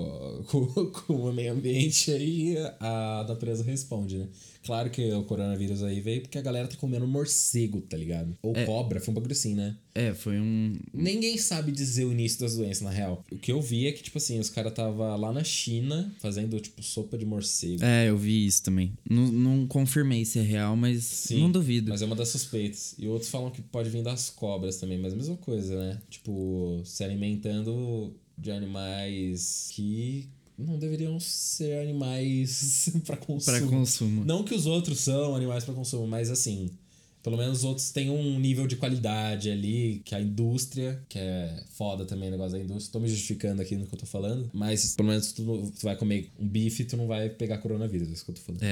com o meio ambiente aí, a natureza responde, né? Claro que o coronavírus aí veio porque a galera tá comendo morcego, tá ligado? Ou cobra, foi um bagulho assim, né? Foi um... Ninguém sabe dizer o início das doenças, na real. O que eu vi é que, tipo assim, os caras tava lá na China fazendo, tipo, sopa de morcego. Eu vi isso também. Não confirmei se é real, mas Sim, não duvido. mas é uma das suspeitas. E outros falam que pode vir das cobras também, mas é a mesma coisa, né? Tipo, se alimentando de animais que não deveriam ser animais pra consumo. Pra consumo. Não que os outros são animais pra consumo, mas assim, pelo menos os outros têm um nível de qualidade ali, que a indústria, que é foda também o negócio da indústria. Tô me justificando aqui no que eu tô falando, mas pelo menos tu vai comer um bife e tu não vai pegar coronavírus, é isso que eu tô falando.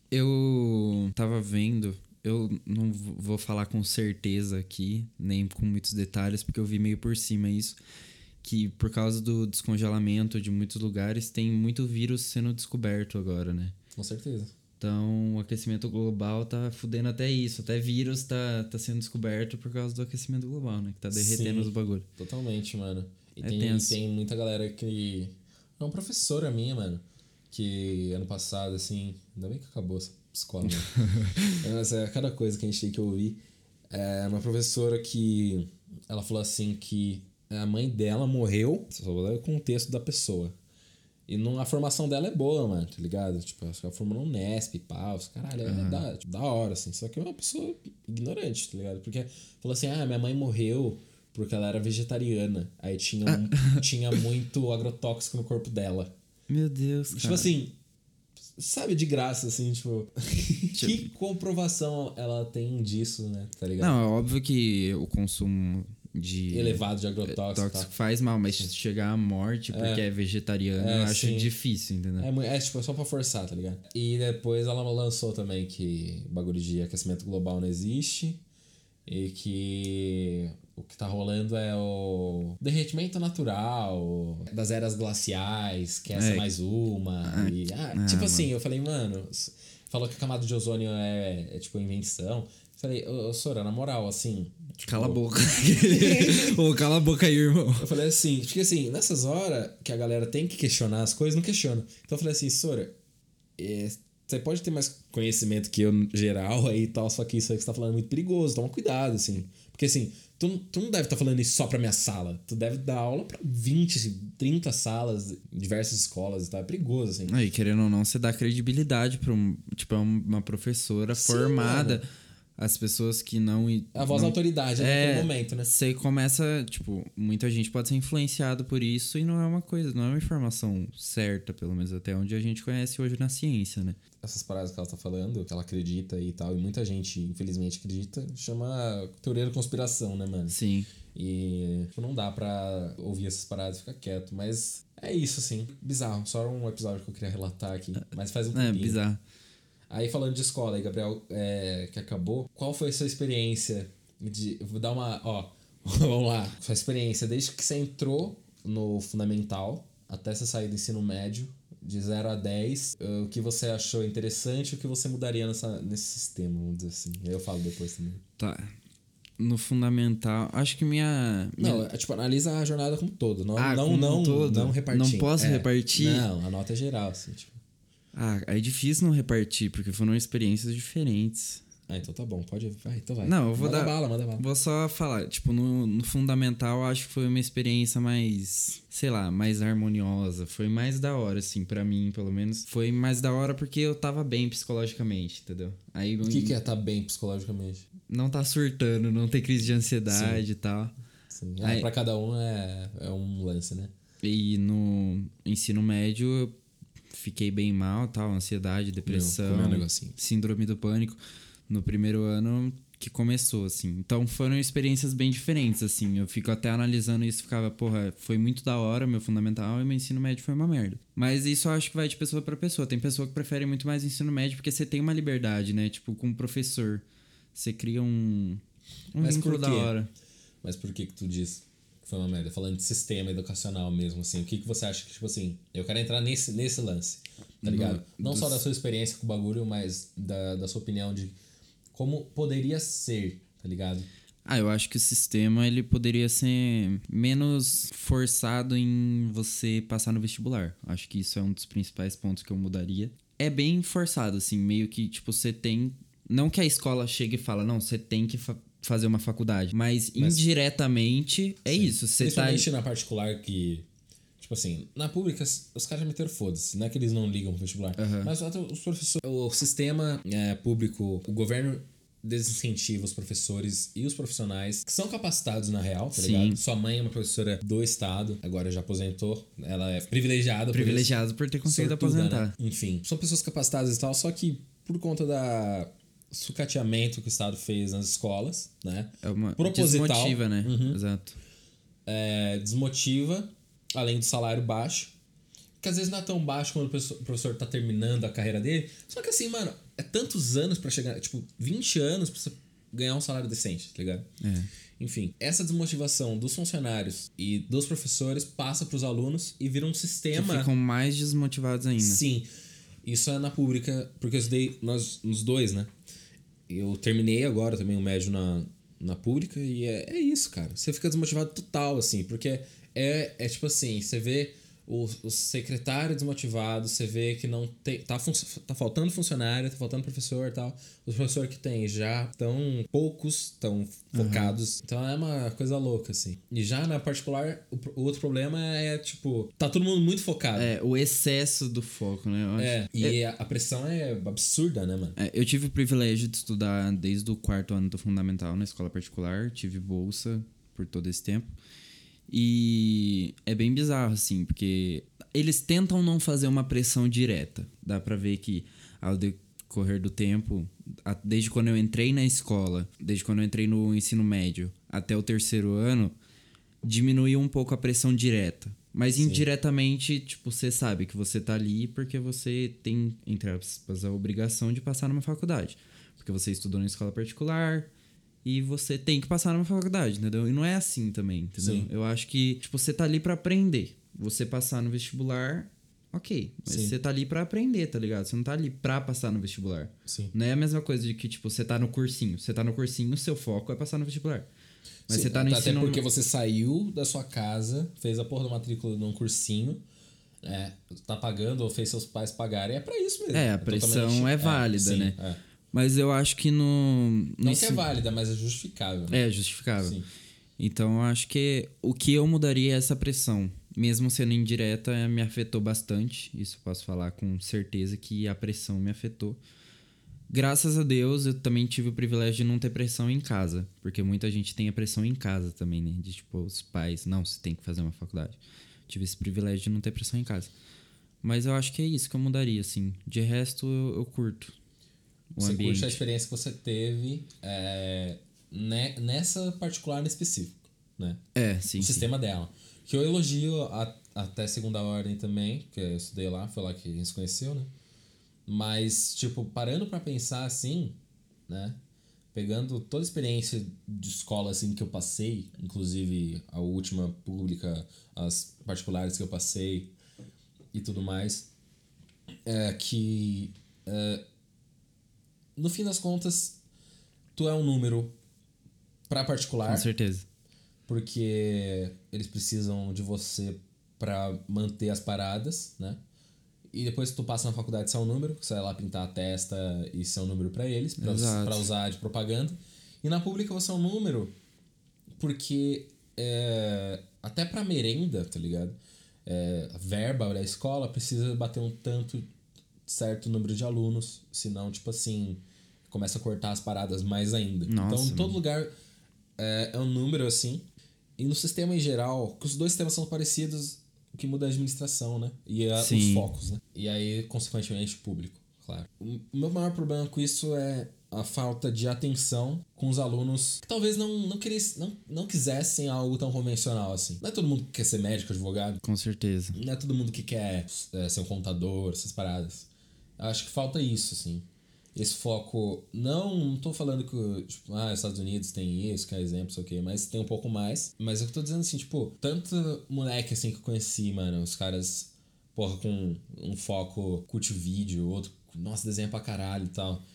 Eu tava vendo, eu não vou falar com certeza aqui, nem com muitos detalhes, porque eu vi meio por cima isso, que por causa do descongelamento de muitos lugares, tem muito vírus sendo descoberto agora, né? Com certeza. Então, o aquecimento global tá fudendo até isso. Até vírus tá sendo descoberto por causa do aquecimento global, né? Que tá derretendo os bagulhos. Totalmente, mano. E tenso. tem muita galera que... É uma professora minha, mano, que ano passado, assim... Ainda bem que acabou essa escola, mano. Mas é cada coisa que a gente tem que ouvir. É uma professora que... Ela falou assim que a mãe dela morreu... Só vou dar o contexto da pessoa. E a formação dela é boa, mano, tá ligado? Tipo, ela formou no Nesp, pau, os caralho, da hora, assim. Só que é uma pessoa ignorante, tá ligado? Porque falou assim, minha mãe morreu porque ela era vegetariana. Aí tinha muito agrotóxico no corpo dela. Meu Deus, cara. Tipo assim, sabe, de graça, assim, tipo... que comprovação ela tem disso, né, tá ligado? Não, é óbvio que o consumo de elevado de agrotóxico faz mal, mas chegar à morte porque é vegetariano, eu acho difícil, entendeu? Tipo, é só pra forçar, tá ligado? E depois ela lançou também que o bagulho de aquecimento global não existe e que o que tá rolando é o derretimento natural das eras glaciais, que essa é mais uma. Tipo assim, eu falei, mano, falou que a camada de ozônio é tipo invenção. Falei, Sora, na moral, assim... Tipo, cala a boca. Cala a boca aí, irmão. Eu falei assim, porque assim, nessas horas que a galera tem que questionar as coisas, não questiona. Então eu falei assim, Sora, você pode ter mais conhecimento que eu geral aí e tal, só que isso aí que você tá falando é muito perigoso, toma cuidado, assim. Porque assim, tu não deve estar falando isso só pra minha sala. Tu deve dar aula pra 20, 30 salas, diversas escolas e tal. É perigoso, assim. E querendo ou não, você dá credibilidade pra uma professora formada... Mano. As pessoas que não... A voz da autoridade naquele momento, né? Você começa, tipo... Muita gente pode ser influenciado por isso e não é uma informação certa, pelo menos até onde a gente conhece hoje na ciência, né? Essas paradas que ela tá falando, que ela acredita e tal, e muita gente, infelizmente, acredita, chama teoria da conspiração, né, mano? Sim. E não dá pra ouvir essas paradas e ficar quieto, mas é isso, assim. Bizarro. Só um episódio que eu queria relatar aqui, mas faz um tempinho. Bizarro. Aí falando de escola aí, Gabriel, que acabou, qual foi a sua experiência vou dar uma... vamos lá. Sua experiência desde que você entrou no fundamental até você sair do ensino médio, de 0 a 10, o que você achou interessante e o que você mudaria nesse sistema, vamos dizer assim. Aí eu falo depois também. Tá. No fundamental, acho que Não, tipo, analisa a jornada como todo. Não repartindo. Não posso repartir? Não, a nota é geral, assim, tipo. É difícil não repartir, porque foram experiências diferentes. Então tá bom, pode... então vai. Não, eu vou manda bala. Vou só falar, tipo, no fundamental, acho que foi uma experiência mais, sei lá, mais harmoniosa. Foi mais da hora, assim, pra mim, pelo menos. Foi mais da hora porque eu tava bem psicologicamente, entendeu? Aí, o que é tá bem psicologicamente? Não tá surtando, não ter crise de ansiedade e tal. Sim, pra cada um é um lance, né? E no ensino médio, eu fiquei bem mal, tal, ansiedade, depressão, síndrome do pânico. No primeiro ano que começou, assim. Então foram experiências bem diferentes, assim. Eu fico até analisando isso e ficava, porra, foi muito da hora meu fundamental e meu ensino médio foi uma merda. Mas isso eu acho que vai de pessoa pra pessoa. Tem pessoa que prefere muito mais o ensino médio porque você tem uma liberdade, né? Tipo, com o professor. Você cria um vínculo da hora. Mas por que tu diz que foi uma merda? Falando de sistema educacional mesmo, assim. O que você acha que, tipo assim... Eu quero entrar nesse lance, tá ligado? Não só da sua experiência com o bagulho, mas da sua opinião de... Como poderia ser, tá ligado? Eu acho que o sistema ele poderia ser menos forçado em você passar no vestibular. Acho que isso é um dos principais pontos que eu mudaria. É bem forçado, assim, meio que, tipo, você tem... Não que a escola chegue e fala, não, você tem que fazer uma faculdade. Mas indiretamente, é isso. Você principalmente na particular que... Tipo assim, na pública, os caras já meteram foda-se. Não é que eles não ligam pro vestibular. Mas os professores... O sistema público, o governo desincentiva os professores e os profissionais que são capacitados na real, tá ligado? Sua mãe é uma professora do estado, agora já aposentou. Ela é privilegiada por ter conseguido aposentar. Né? Enfim, são pessoas capacitadas e tal, só que por conta da sucateamento que o estado fez nas escolas, né? É uma proposital, desmotiva, né? Exato. Desmotiva, além do salário baixo, que às vezes não é tão baixo quando o professor tá terminando a carreira dele. Só que assim, mano, é tantos anos pra chegar, tipo, 20 anos pra você ganhar um salário decente, tá ligado? Enfim, essa desmotivação dos funcionários e dos professores passa pros alunos e vira um sistema... Que ficam mais desmotivados ainda. Sim. Isso é na pública, porque eu estudei nos dois, né? Eu terminei agora também o médio na pública e é isso, cara. Você fica desmotivado total, assim, porque é tipo assim, você vê o secretário desmotivado, você vê que não tem... Tá faltando funcionário, tá faltando professor e tal. Os professores que tem já estão poucos, estão focados. Então é uma coisa louca, assim. E já na particular, o outro problema é, tipo... Tá todo mundo muito focado. O excesso do foco, né? A pressão é absurda, né, mano? Eu tive o privilégio de estudar desde o 4º ano do fundamental na escola particular. Tive bolsa por todo esse tempo. E é bem bizarro, assim, porque eles tentam não fazer uma pressão direta. Dá pra ver que ao decorrer do tempo, desde quando eu entrei na escola, desde quando eu entrei no ensino médio até o 3º ano, diminuiu um pouco a pressão direta. Mas indiretamente, tipo, você sabe que você tá ali porque você tem, entre aspas, a obrigação de passar numa faculdade. Porque você estudou na escola particular... E você tem que passar numa faculdade, entendeu? E não é assim também, entendeu? Sim. Eu acho que, tipo, você tá ali pra aprender. Você passar no vestibular, ok. Mas você tá ali pra aprender, tá ligado? Você não tá ali pra passar no vestibular. Sim. Não é a mesma coisa de que, tipo, você tá no cursinho. Você tá no cursinho, seu foco é passar no vestibular. Mas você tá no ensino... Até porque você saiu da sua casa, fez a porra da matrícula num cursinho, tá pagando ou fez seus pais pagarem. É pra isso mesmo. A pressão é válida, né? Mas eu acho que no não que é válida, mas é justificável. É justificável. Sim. Então eu acho que o que eu mudaria é essa pressão. Mesmo sendo indireta, me afetou bastante. Isso eu posso falar com certeza que a pressão me afetou. Graças a Deus, eu também tive o privilégio de não ter pressão em casa. Porque muita gente tem a pressão em casa também, né? De tipo, os pais, não, você tem que fazer uma faculdade. Tive esse privilégio de não ter pressão em casa. Mas eu acho que é isso que eu mudaria, assim. De resto, eu curto. Você curte a experiência que você teve nessa particular específico, né? Sim. O sistema dela. Que eu elogio até segunda ordem também, que eu estudei lá, foi lá que a gente se conheceu, né? Mas, tipo, parando pra pensar assim, né? Pegando toda a experiência de escola assim que eu passei, inclusive a última pública, as particulares que eu passei e tudo mais, no fim das contas, tu é um número pra particular. Com certeza. Porque eles precisam de você pra manter as paradas, né? E depois que tu passa na faculdade, você é um número, você vai lá pintar a testa e ser um número pra eles, pra usar de propaganda. E na pública você é um número porque até pra merenda, tá ligado? A verba da escola precisa bater um tanto certo número de alunos, senão, tipo assim, começa a cortar as paradas mais ainda. Nossa, então, em todo lugar é um número assim. E no sistema em geral, que os dois sistemas são parecidos, o que muda é a administração, né? E os focos, né? E aí, consequentemente, o público, claro. O meu maior problema com isso é a falta de atenção com os alunos que talvez não quisessem algo tão convencional assim. Não é todo mundo que quer ser médico, advogado. Com certeza. Não é todo mundo que quer ser um contador, essas paradas. Eu acho que falta isso, assim. Esse foco... Não tô falando que, tipo, Estados Unidos tem isso, que é exemplo, sei o quê, mas tem um pouco mais. Mas eu tô dizendo assim, tipo, tanto moleque, assim, que eu conheci, mano, os caras, porra, com um foco curte vídeo, outro, nossa, desenha pra caralho e tal.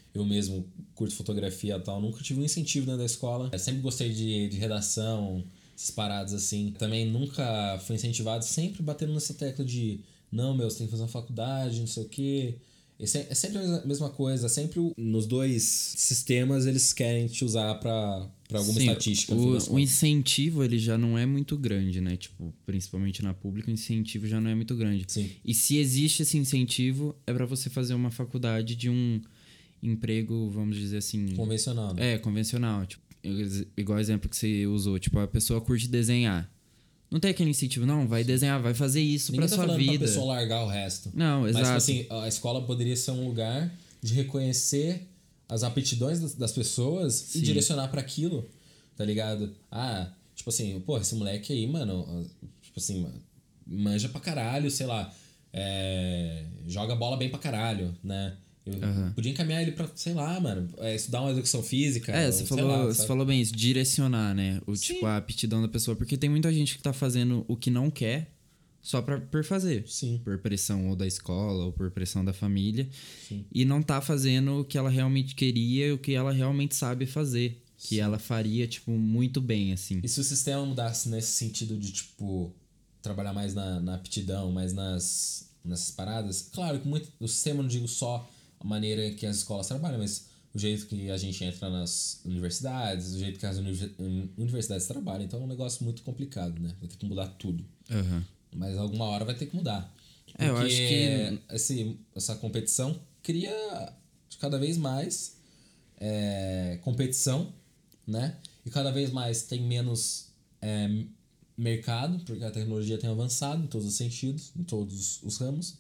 eu mesmo curto fotografia e tal, nunca tive um incentivo dentro da escola. Eu sempre gostei de redação, essas paradas assim. Também nunca fui incentivado, sempre batendo nessa tecla de não, meu, você tem que fazer uma faculdade, não sei o quê. É sempre a mesma coisa, sempre nos dois sistemas eles querem te usar pra alguma estatística. O incentivo ele já não é muito grande, né? Tipo, principalmente na pública, o incentivo já não é muito grande. Sim. E se existe esse incentivo, é pra você fazer uma faculdade de um emprego, vamos dizer assim... Convencional, né? Convencional. Tipo, igual o exemplo que você usou. Tipo, a pessoa curte desenhar. Não tem aquele incentivo, não, vai desenhar, vai fazer isso pra sua vida. Ninguém tá falando pra pessoa largar o resto. Não, exato. Mas, tipo assim, a escola poderia ser um lugar de reconhecer as aptidões das pessoas e direcionar pra aquilo, tá ligado? Tipo assim, pô, esse moleque aí, mano, tipo assim, manja pra caralho, sei lá, joga bola bem pra caralho, né? Eu podia encaminhar ele pra, sei lá, mano, estudar uma educação física. Você falou bem isso, direcionar, né? Tipo, a aptidão da pessoa. Porque tem muita gente que tá fazendo o que não quer só por fazer. Sim. Por pressão ou da escola ou por pressão da família. Sim. E não tá fazendo o que ela realmente queria, o que ela realmente sabe fazer. Que ela faria, tipo, muito bem, assim. E se o sistema mudasse nesse sentido de, tipo, trabalhar mais na aptidão, mais nessas paradas? Claro que o sistema, não digo só a maneira que as escolas trabalham, mas o jeito que a gente entra nas universidades, o jeito que as universidades trabalham. Então é um negócio muito complicado, né? Vai ter que mudar tudo. Mas alguma hora vai ter que mudar. Porque eu acho que essa competição cria cada vez mais competição, né? E cada vez mais tem menos mercado, porque a tecnologia tem avançado em todos os sentidos, em todos os ramos.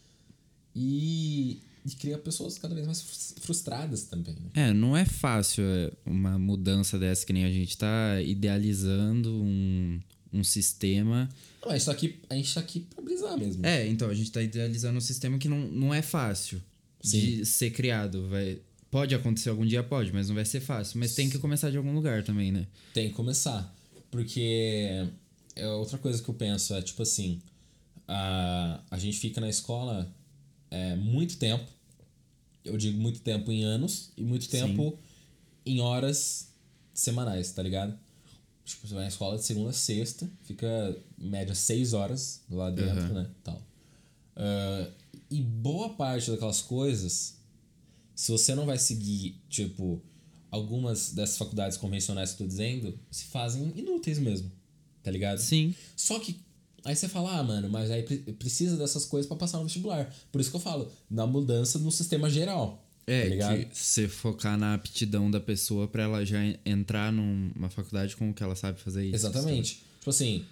E cria pessoas cada vez mais frustradas também, né? Não é fácil uma mudança dessa, que nem a gente tá idealizando um sistema. Não, a gente tá aqui pra brisar mesmo. Então, a gente tá idealizando um sistema que não é fácil de ser criado. Pode acontecer algum dia, pode, mas não vai ser fácil. Mas tem que começar de algum lugar também, né? Tem que começar. Porque outra coisa que eu penso tipo assim, a gente fica na escola muito tempo. Eu digo muito tempo em anos e muito tempo em horas semanais, tá ligado? Tipo, você vai na escola de segunda a sexta, fica em média 6 horas lá dentro, né? Tal. E boa parte daquelas coisas, se você não vai seguir, tipo, algumas dessas faculdades convencionais que eu tô dizendo, se fazem inúteis mesmo, tá ligado? Sim. Só que aí você fala, mano, mas aí precisa dessas coisas pra passar no vestibular. Por isso que eu falo, na mudança no sistema geral. Tá ligado? Que você focar na aptidão da pessoa pra ela já entrar numa faculdade com o que ela sabe fazer isso. Exatamente. Sabe? Tipo assim,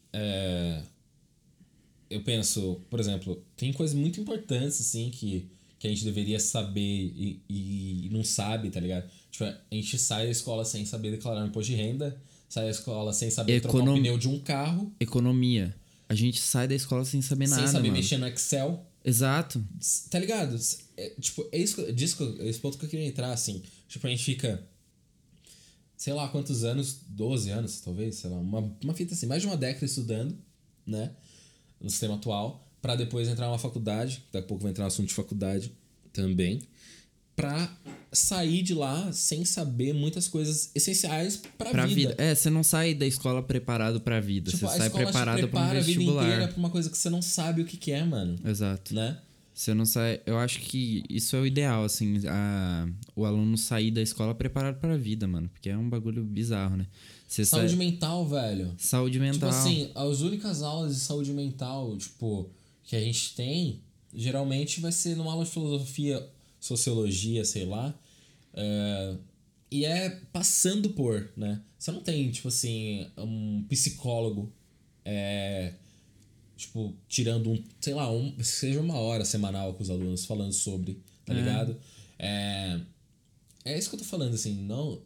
eu penso, por exemplo, tem coisas muito importantes, assim, que a gente deveria saber e não sabe, tá ligado? Tipo, a gente sai da escola sem saber declarar um imposto de renda, sai da escola sem saber trocar o pneu de um carro. Economia. A gente sai da escola sem saber nada, sem saber mano. mexer no Excel. Exato. Tá ligado? Tipo, esse ponto que eu queria entrar, assim. Tipo, a gente fica, sei lá quantos anos, 12 anos, talvez, sei lá, uma fita assim, mais de uma década estudando, né? No sistema atual, pra depois entrar numa faculdade, daqui a pouco vai entrar no assunto de faculdade também, pra sair de lá sem saber muitas coisas essenciais pra vida. Você não sai da escola preparado pra vida, tipo, você sai preparado pra um vestibular. A vida inteira pra uma coisa que você não sabe o que é, mano. Exato. Né? Você não sai... Eu acho que isso é o ideal, assim, o aluno sair da escola preparado pra vida, mano, porque é um bagulho bizarro, né? Saúde mental, velho. Saúde mental. Tipo assim, as únicas aulas de saúde mental, tipo, que a gente tem, geralmente vai ser numa aula de filosofia, sociologia, sei lá. E passando por, né? Você não tem, tipo assim, um psicólogo, tipo, tirando sei lá, seja uma hora semanal com os alunos falando sobre, tá ligado? É isso que eu tô falando, assim, não,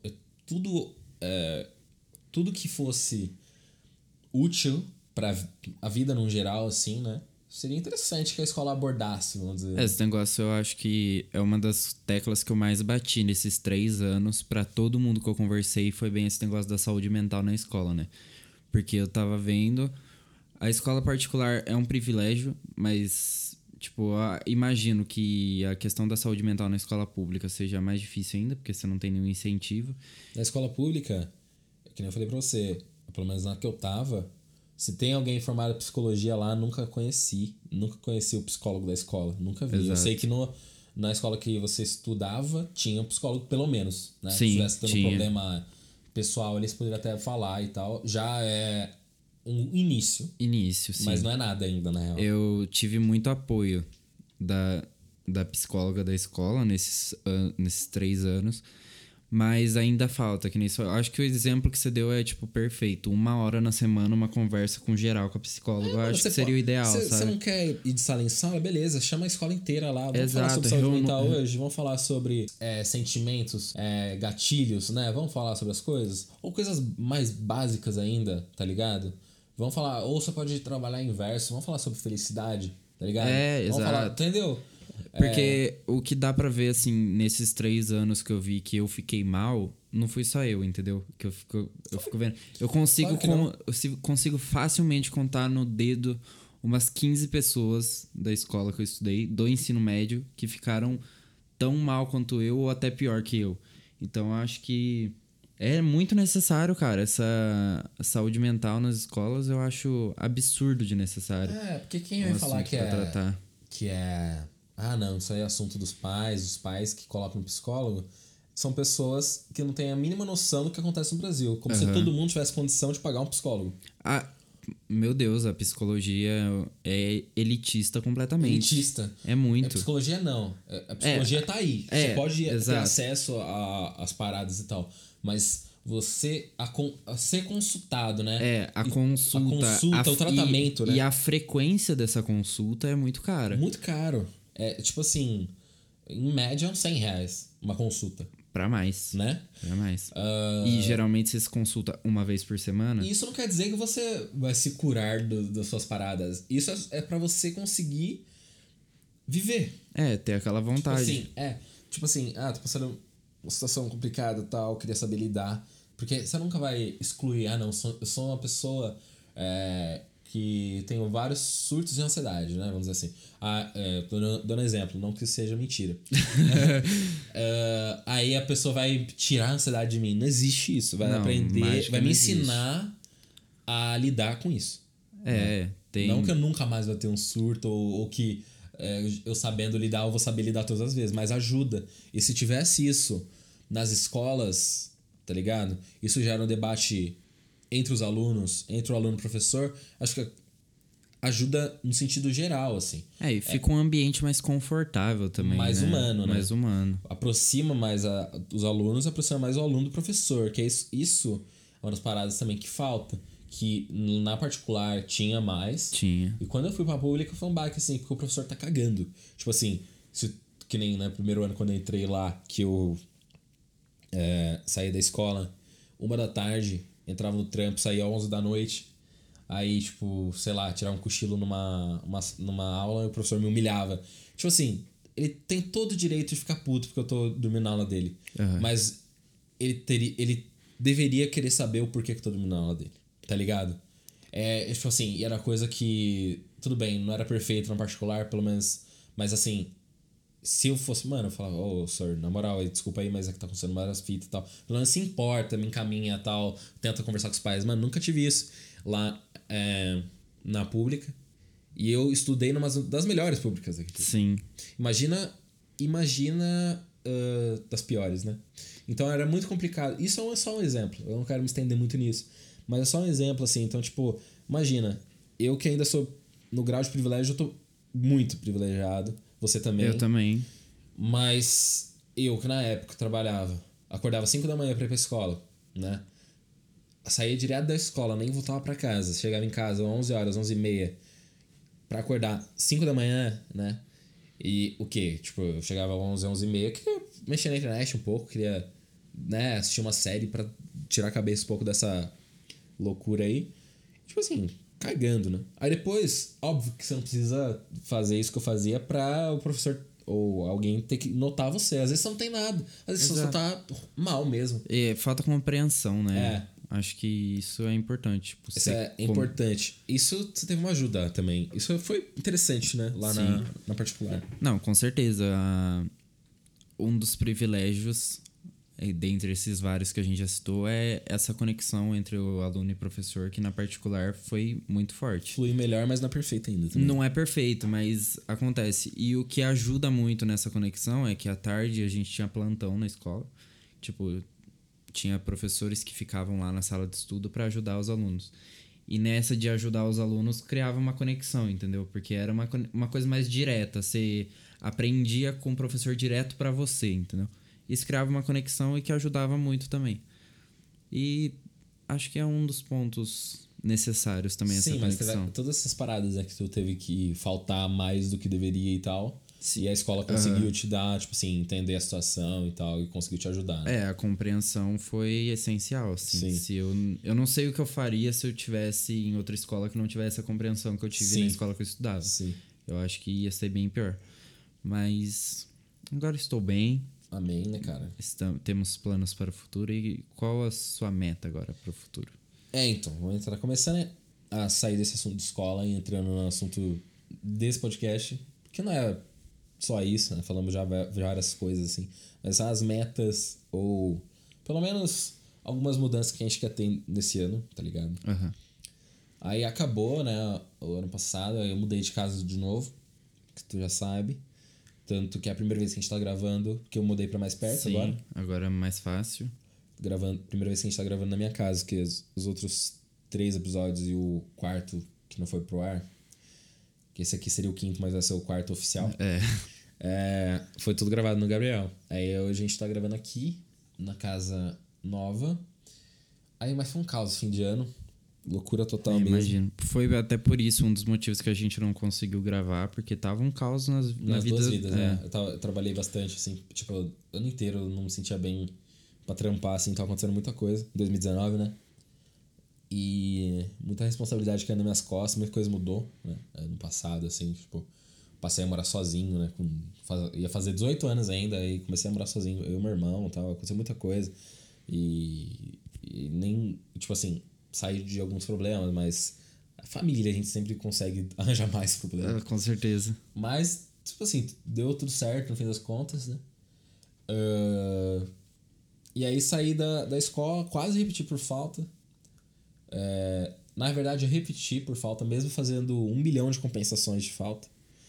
tudo que fosse útil pra a vida no geral, assim, né? Seria interessante que a escola abordasse, vamos dizer. Esse negócio eu acho que é uma das teclas que eu mais bati nesses 3 anos pra todo mundo que eu conversei, foi bem esse negócio da saúde mental na escola, né? Porque eu tava vendo... A escola particular é um privilégio, mas, Tipo, imagino que a questão da saúde mental na escola pública seja mais difícil ainda, porque você não tem nenhum incentivo. Na escola pública, que nem eu falei pra você, pelo menos na que eu tava, se tem alguém formado em psicologia lá, nunca conheci o psicólogo da escola, nunca vi. Exato. Eu sei que na escola que você estudava, tinha um psicólogo pelo menos, né? Sim, se tivesse tendo tinha. problema pessoal, eles poderiam até falar e tal. Já é um início. Início, sim. Mas não é nada ainda, na real. Eu tive muito apoio da psicóloga da escola nesses 3 anos, mas ainda falta, que nem isso. Acho que o exemplo que você deu é, tipo, perfeito. 1 hora na semana, uma conversa com geral com a psicóloga. Eu acho que seria o ideal, sabe? Você não quer ir de sala em sala? Beleza, chama a escola inteira lá. Vamos falar sobre saúde mental hoje, vamos falar sobre sentimentos, gatilhos, né? Vamos falar sobre as coisas. Ou coisas mais básicas ainda, tá ligado? Vamos falar, ou você pode trabalhar inverso, vamos falar sobre felicidade, tá ligado? Vamos exato. falar, entendeu? Porque o que dá pra ver, assim, nesses 3 anos que eu vi que eu fiquei mal, não fui só eu, entendeu? Que eu fico vendo. Eu consigo facilmente contar no dedo umas 15 pessoas da escola que eu estudei, do ensino médio, que ficaram tão mal quanto eu ou até pior que eu. Então eu acho que é muito necessário, cara. Essa saúde mental nas escolas eu acho absurdo de necessário. Porque quem vai falar que não, isso aí é assunto dos pais que colocam no psicólogo, são pessoas que não têm a mínima noção do que acontece no Brasil. Como se todo mundo tivesse condição de pagar um psicólogo. Meu Deus, a psicologia é elitista completamente. Elitista. É muito. A psicologia não. A psicologia tá aí. Você pode ter acesso às paradas e tal. Mas você a ser consultado, né? A consulta, o tratamento, né? E a frequência dessa consulta é muito cara. Muito caro. Tipo assim, em média uns R$100 uma consulta. Pra mais. Né? Pra mais. E geralmente você se consulta uma vez por semana. Isso não quer dizer que você vai se curar das suas paradas. Isso é pra você conseguir viver. Ter aquela vontade. Tipo assim, tô passando uma situação complicada e tal, queria saber lidar. Porque você nunca vai excluir, eu sou uma pessoa que tenho vários surtos de ansiedade, né? Vamos dizer assim. Tô dando exemplo, não que isso seja mentira. Aí a pessoa vai tirar a ansiedade de mim. Não existe isso. Vai aprender, vai me ensinar a lidar com isso. Não que eu nunca mais vou ter um surto ou que eu sabendo lidar, eu vou saber lidar todas as vezes, mas ajuda. E se tivesse isso nas escolas, tá ligado? Isso gera um debate entre os alunos, entre o aluno e o professor, acho que ajuda no sentido geral, assim. E fica um ambiente mais confortável também, mais humano, né? Mais humano. Aproxima mais os alunos, aproxima mais o aluno do professor, que é isso é uma das paradas também que falta, que na particular tinha mais. Tinha. E quando eu fui pra pública foi um baque, assim, porque o professor tá cagando. Tipo assim, que nem no primeiro ano quando eu entrei lá, que eu saí da escola 1h, entrava no trampo, saía 11h. Aí, tipo, sei lá, tirar um cochilo numa aula e o professor me humilhava. Tipo assim, ele tem todo o direito de ficar puto porque eu tô dormindo na aula dele. Mas ele deveria querer saber o porquê que eu tô dormindo na aula dele. Tá ligado? Tipo assim, e era coisa que... Tudo bem, não era perfeito no particular, pelo menos... Mas assim... Se eu fosse, mano, eu falava, senhor, na moral, desculpa aí, mas é que tá acontecendo várias fitas e tal. Pelo menos se importa, me encaminha e tal, tenta conversar com os pais. Mano, nunca tive isso lá na pública. E eu estudei numa das melhores públicas aqui. Sim. Imagina das piores, né? Então era muito complicado. Isso é só um exemplo, eu não quero me estender muito nisso. Mas é só um exemplo, assim. Então, tipo, imagina, eu que ainda sou no grau de privilégio, eu tô muito privilegiado. Você também. Eu também. Mas eu, que na época trabalhava, acordava 5h pra ir pra escola, né? Saía direto da escola, nem voltava pra casa. Chegava em casa 11h, 11h30, pra acordar 5h, né? E o quê? Tipo, eu chegava 11h, 11h30, queria mexer na internet um pouco, queria, né, assistir uma série pra tirar a cabeça um pouco dessa loucura aí. Tipo assim... cagando, né? Aí depois, óbvio que você não precisa fazer isso que eu fazia pra o professor ou alguém ter que notar você. Às vezes você não tem nada. Às vezes você só tá mal mesmo. Falta compreensão, né? acho que isso é importante. Tipo, Isso é importante. Isso você teve uma ajuda também. Isso foi interessante, né? Lá na particular. Não, com certeza. Um dos privilégios, dentre esses vários que a gente já citou, é essa conexão entre o aluno e professor, que na particular foi muito forte. Flui melhor, mas não é perfeito ainda também. Não é perfeito, mas acontece. E o que ajuda muito nessa conexão é que à tarde a gente tinha plantão na escola. Tipo, tinha professores que ficavam lá na sala de estudo para ajudar os alunos. E nessa de ajudar os alunos, criava uma conexão, entendeu? Porque era uma coisa mais direta. Você aprendia com o professor direto para você, entendeu? Isso criava uma conexão e que ajudava muito também. E acho que é um dos pontos necessários também, essa conexão. Mas todas essas paradas, né, que tu teve que faltar mais do que deveria e tal... E a escola conseguiu te dar, tipo assim, entender a situação e tal, e conseguiu te ajudar, né? A compreensão foi essencial, assim. Se eu não sei o que eu faria se eu tivesse em outra escola que não tivesse a compreensão que eu tive na escola que eu estudava. Sim. Eu acho que ia ser bem pior. Mas agora estou bem. Amém, né, cara? Temos planos para o futuro. E qual a sua meta agora para o futuro? Então, vamos começando a sair desse assunto de escola e entrando no assunto desse podcast, que não é só isso, né? Falamos já várias coisas assim. Mas são as metas, ou pelo menos algumas mudanças que a gente quer ter nesse ano, tá ligado? Aí acabou, né? O ano passado, eu mudei de casa de novo, que tu já sabe. Tanto que é a primeira vez que a gente tá gravando, que eu mudei pra mais perto agora. Agora é mais fácil. Primeira vez que a gente tá gravando na minha casa, que os outros 3 episódios e o quarto que não foi pro ar, que esse aqui seria o 5º, mas vai ser o 4º oficial. Foi tudo gravado no Gabriel. Aí hoje a gente tá gravando aqui, na casa nova. Mas foi um caos, fim de ano. Loucura total mesmo. Imagino. Foi até por isso um dos motivos que a gente não conseguiu gravar, porque tava um caos na vida. Duas vidas, né? Eu trabalhei bastante, assim, tipo, o ano inteiro eu não me sentia bem pra trampar, assim, tava acontecendo muita coisa. 2019, né? E muita responsabilidade caindo nas minhas costas, muita coisa mudou, né? No passado, assim, tipo, passei a morar sozinho, né? Ia fazer 18 anos ainda, aí comecei a morar sozinho, eu e meu irmão, tal, aconteceu muita coisa. E nem, tipo assim, sair de alguns problemas, mas a família a gente sempre consegue arranjar mais problemas. Com certeza. Mas, tipo assim, deu tudo certo no fim das contas, né? E aí saí da escola, quase repeti por falta. Na verdade, eu repeti por falta, mesmo fazendo 1 milhão de compensações de falta.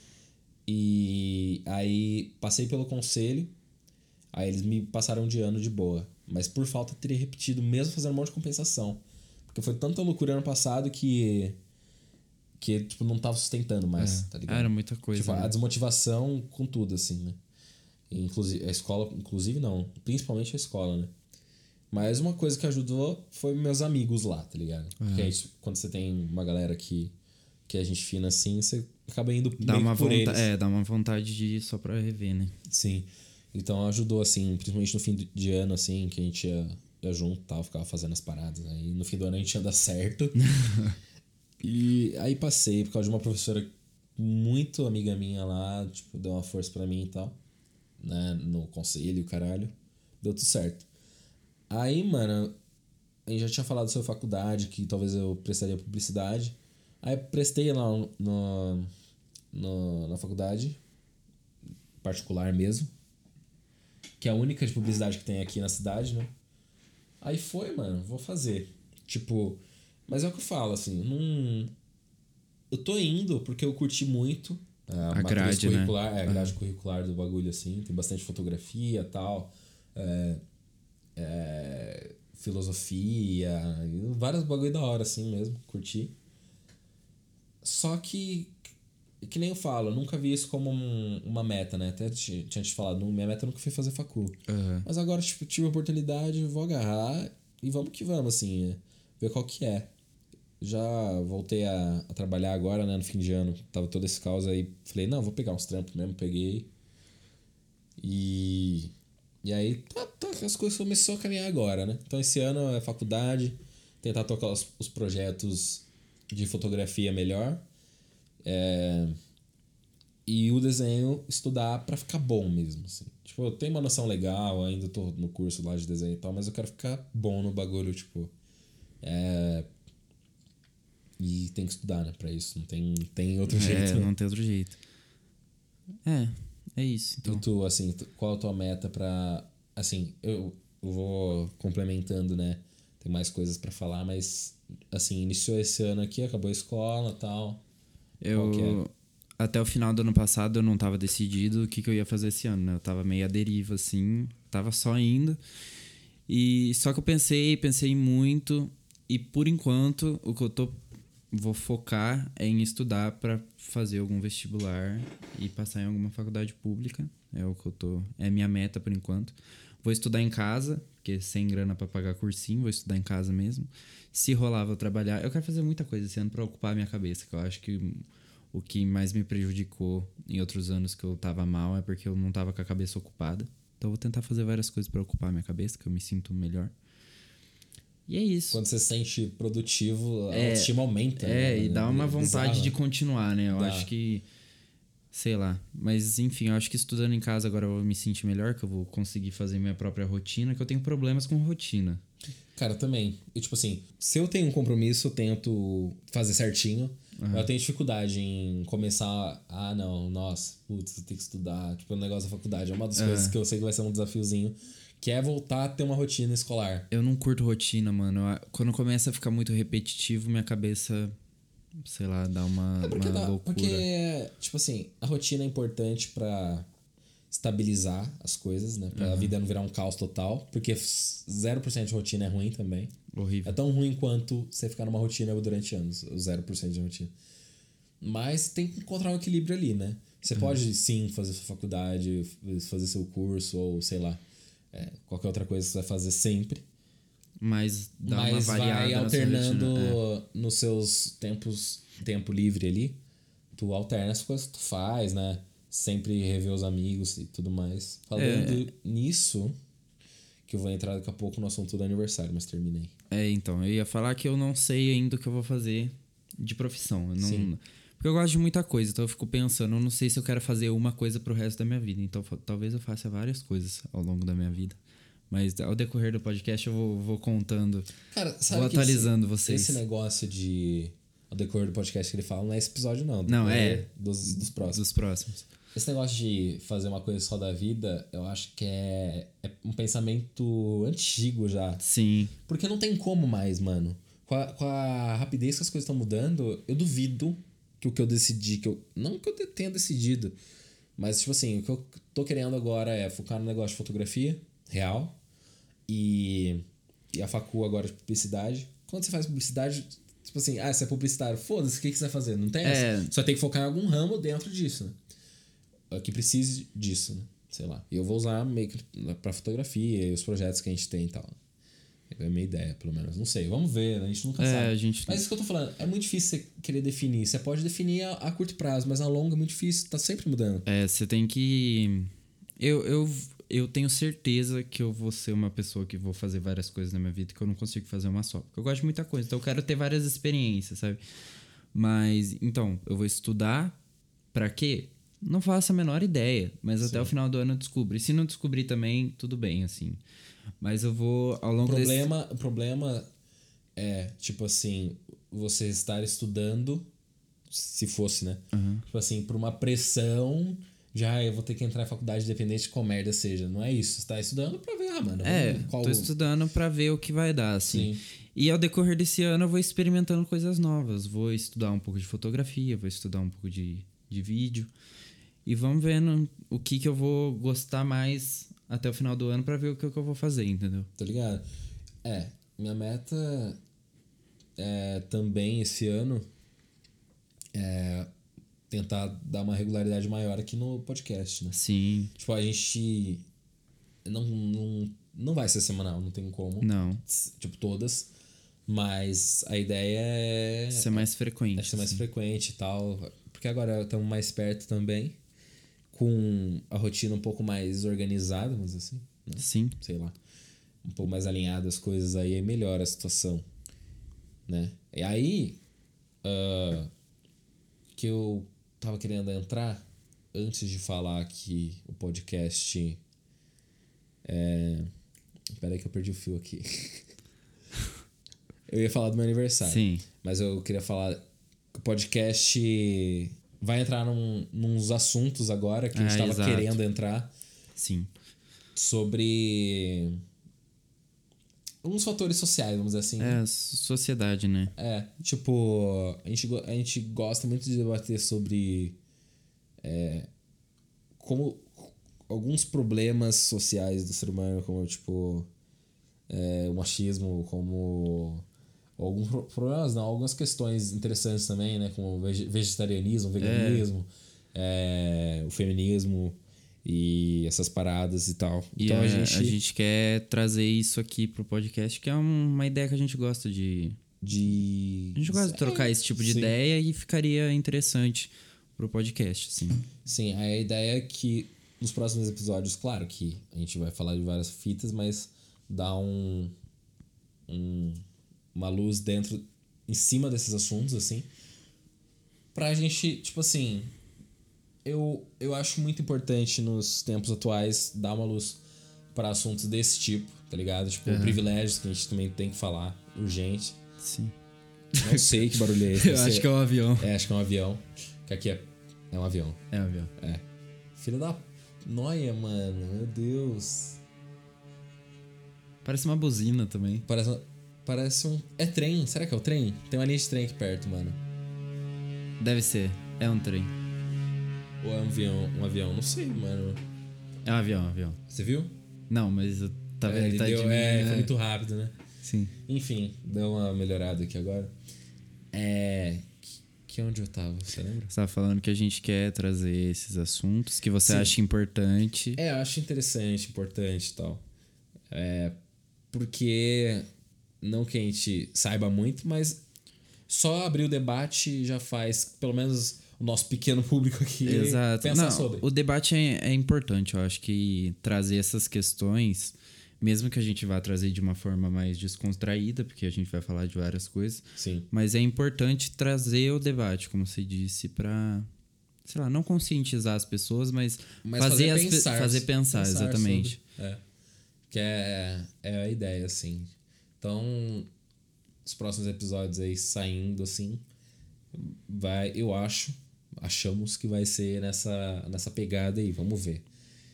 E aí passei pelo conselho, aí eles me passaram de ano de boa. Mas por falta eu teria repetido, mesmo fazendo um monte de compensação. Porque foi tanta loucura ano passado que tipo, não tava sustentando mais, tá ligado? Era muita coisa. Tipo, a desmotivação com tudo, assim, né? Inclusive, a escola, não, principalmente a escola, né? Mas uma coisa que ajudou foi meus amigos lá, tá ligado? Porque aí, quando você tem uma galera que é gente fina assim, você acaba indo meio por eles. Dá uma vontade de ir só pra rever, né? Sim. Então ajudou, assim, principalmente no fim de ano, assim, que a gente ia junto e tal, ficava fazendo as paradas. Aí no fim do ano a gente ia dar certo. E aí passei por causa de uma professora muito amiga minha lá, tipo, deu uma força pra mim e tal, né, no conselho, caralho. Deu tudo certo. Aí, mano, a gente já tinha falado sobre faculdade, que talvez eu prestaria publicidade. Aí prestei lá na faculdade, particular mesmo, que é a única de publicidade que tem aqui na cidade, né? Aí foi, mano, vou fazer. Tipo, mas é o que eu falo, assim, não... Eu tô indo porque eu curti muito a grade, curricular, né? A grade curricular do bagulho, assim. Tem bastante fotografia e tal. Filosofia, vários bagulho da hora, assim mesmo. Curti. Só que nem eu falo, eu nunca vi isso como uma meta, né? Até tinha te falado, minha meta nunca foi fazer facul. Mas agora, tipo, tive a oportunidade, vou agarrar e vamos que vamos, assim, ver qual que é. Já voltei a trabalhar agora, né, no fim de ano. Tava todo esse caos aí. Falei, não, vou pegar uns trampos mesmo. Peguei. E aí, as coisas começaram a caminhar agora, né? Então, esse ano é faculdade. Tentar tocar os projetos de fotografia melhor. E o desenho, estudar pra ficar bom mesmo, assim. Tipo, eu tenho uma noção legal. Ainda tô no curso lá de desenho e tal. Mas eu quero ficar bom no bagulho, tipo... E tem que estudar, né, pra isso. Não tem outro jeito. Não tem outro jeito. É isso. Então. E tu, assim, qual a tua meta pra... Assim, eu vou complementando, né? Tem mais coisas pra falar, mas, assim, iniciou esse ano aqui, acabou a escola e tal. Até o final do ano passado eu não tava decidido o que eu ia fazer esse ano, né? Eu tava meio à deriva, assim, tava só indo. E só que eu pensei muito, e por enquanto o que eu vou focar é em estudar pra fazer algum vestibular e passar em alguma faculdade pública. É o que é minha meta por enquanto. Vou estudar em casa, porque sem grana pra pagar cursinho, vou estudar em casa mesmo. Se rolar, vou trabalhar. Eu quero fazer muita coisa esse ano pra ocupar a minha cabeça, que eu acho que o que mais me prejudicou em outros anos que eu tava mal é porque eu não tava com a cabeça ocupada. Então eu vou tentar fazer várias coisas pra ocupar a minha cabeça, que eu me sinto melhor. E é isso. Quando você se sente produtivo, a autoestima aumenta. E dá uma vontade de continuar, né? Eu acho que... Sei lá. Mas, enfim, eu acho que estudando em casa agora eu vou me sentir melhor, que eu vou conseguir fazer minha própria rotina, que eu tenho problemas com rotina. Cara, também. E, tipo assim, se eu tenho um compromisso, eu tento fazer certinho. Eu tenho dificuldade em começar... eu tenho que estudar. Tipo, o negócio da faculdade. É uma das coisas que eu sei que vai ser um desafiozinho, que é voltar a ter uma rotina escolar. Eu não curto rotina, mano. Quando começa a ficar muito repetitivo, minha cabeça... Sei lá, dá uma loucura. Porque, tipo assim, a rotina é importante pra estabilizar as coisas, né? Pra a vida não virar um caos total. Porque 0% de rotina é ruim também. Horrível. É tão ruim quanto você ficar numa rotina durante anos, o 0% de rotina. Mas tem que encontrar um equilíbrio ali, né? Você pode, sim, fazer sua faculdade, fazer seu curso, ou sei lá, qualquer outra coisa que você vai fazer sempre. Mas dá uma variada, vai alternando nos seus tempo livre ali. Tu alterna as coisas que tu faz, né? Sempre rever os amigos e tudo mais. Falando nisso, que eu vou entrar daqui a pouco no assunto do aniversário, mas terminei. Então, eu ia falar que eu não sei ainda o que eu vou fazer de profissão. Eu não, porque eu gosto de muita coisa, então eu fico pensando, eu não sei se eu quero fazer uma coisa pro resto da minha vida. Então talvez eu faça várias coisas ao longo da minha vida. Mas ao decorrer do podcast eu vou contando. Cara, sabe vou atualizando vocês. Esse negócio de... Ao decorrer do podcast que ele fala, não é esse episódio não. Não, dos próximos. Dos próximos. Esse negócio de fazer uma coisa só da vida, eu acho que é um pensamento antigo já. Sim. Porque não tem como mais, mano. Com a rapidez que as coisas estão mudando, eu duvido que o que eu decidi... não que eu tenha decidido, mas, tipo assim, o que eu tô querendo agora é focar no negócio de fotografia real. E a facu agora de publicidade. Quando você faz publicidade, tipo assim, você é publicitário, foda-se, o que você vai fazer? Não tem essa. Só tem que focar em algum ramo dentro disso, né? Que precise disso, né? Sei lá. E eu vou usar meio que pra fotografia e os projetos que a gente tem e tal. É a minha ideia, pelo menos. Não sei, vamos ver, né? A gente nunca sabe. Mas isso que eu tô falando, é muito difícil você querer definir. Você pode definir a curto prazo, mas a longo é muito difícil, tá sempre mudando. Você tem que... Eu tenho certeza que eu vou ser uma pessoa que vou fazer várias coisas na minha vida que eu não consigo fazer uma só. Porque eu gosto de muita coisa, então eu quero ter várias experiências, sabe? Mas, então, eu vou estudar pra quê? Não faço a menor ideia, mas até o final do ano eu descubro. E se não descobrir também, tudo bem, assim. Mas eu vou, ao longo O problema é, tipo assim, você estar estudando, se fosse, né? Tipo assim, por uma pressão... eu vou ter que entrar em faculdade independente de qual merda seja. Não é isso. Você tá estudando pra ver, mano. Tô estudando pra ver o que vai dar, assim. Sim. E ao decorrer desse ano eu vou experimentando coisas novas. Vou estudar um pouco de fotografia, vou estudar um pouco de vídeo. E vamos vendo o que eu vou gostar mais até o final do ano pra ver o que eu vou fazer, entendeu? Tá ligado? Minha meta também esse ano tentar dar uma regularidade maior aqui no podcast, né? Sim. Tipo, a gente não vai ser semanal, não tem como. Não. Tipo, todas. Mas a ideia é... ser mais frequente. Ser mais frequente e tal. Porque agora estamos mais perto também. Com a rotina um pouco mais organizada, vamos dizer assim. Né? Sim. Sei lá. Um pouco mais alinhada as coisas aí melhora a situação. Né? E aí... que eu tava querendo entrar antes de falar que o podcast peraí que eu perdi o fio aqui. Eu ia falar do meu aniversário. Sim. Mas eu queria falar que o podcast vai entrar nos assuntos agora que a gente tava querendo entrar. Sim. Sobre alguns fatores sociais, vamos dizer assim. Sociedade, né? Tipo, a gente gosta muito de debater sobre como alguns problemas sociais do ser humano, como, tipo, o machismo, como alguns problemas, não, algumas questões interessantes também, né? Como vegetarianismo, veganismo, o feminismo e essas paradas e tal. E então a gente quer trazer isso aqui pro podcast, que é uma ideia que a gente gosta de... A gente gosta de trocar esse tipo de ideia e ficaria interessante pro podcast, assim. Sim, a ideia é que nos próximos episódios, claro que a gente vai falar de várias fitas, mas dá uma luz em cima desses assuntos, assim, pra gente, tipo assim, eu acho muito importante nos tempos atuais dar uma luz para assuntos desse tipo, tá ligado? Tipo, privilégios que a gente também tem que falar, urgente. Sim. Não sei que barulho é esse. Eu acho que é um avião. Acho que é um avião. Que aqui é um avião. É um avião. Filho da noia, mano. Meu Deus. Parece uma buzina também. Parece um... É trem. Será que é o trem? Tem uma linha de trem aqui perto, mano. Deve ser. É um trem. Ou é um avião? Não sei, mano. É um avião. Você viu? Não, mas tá vendo? Ele tá deu, foi muito rápido, né? Sim. Enfim, deu uma melhorada aqui agora. Que onde eu tava, você lembra? Você tava falando que a gente quer trazer esses assuntos que você acha importante. Eu acho interessante, importante e tal. Porque não que a gente saiba muito, mas só abrir o debate já faz, pelo menos o nosso pequeno público aqui, pensar sobre. O debate é importante, eu acho que trazer essas questões, mesmo que a gente vá trazer de uma forma mais descontraída, porque a gente vai falar de várias coisas. Sim. Mas é importante trazer o debate, como você disse, pra, sei lá, não conscientizar as pessoas, mas fazer pensar exatamente. Sobre, que é a ideia, assim. Então, os próximos episódios aí saindo, assim, achamos que vai ser nessa pegada aí, vamos ver.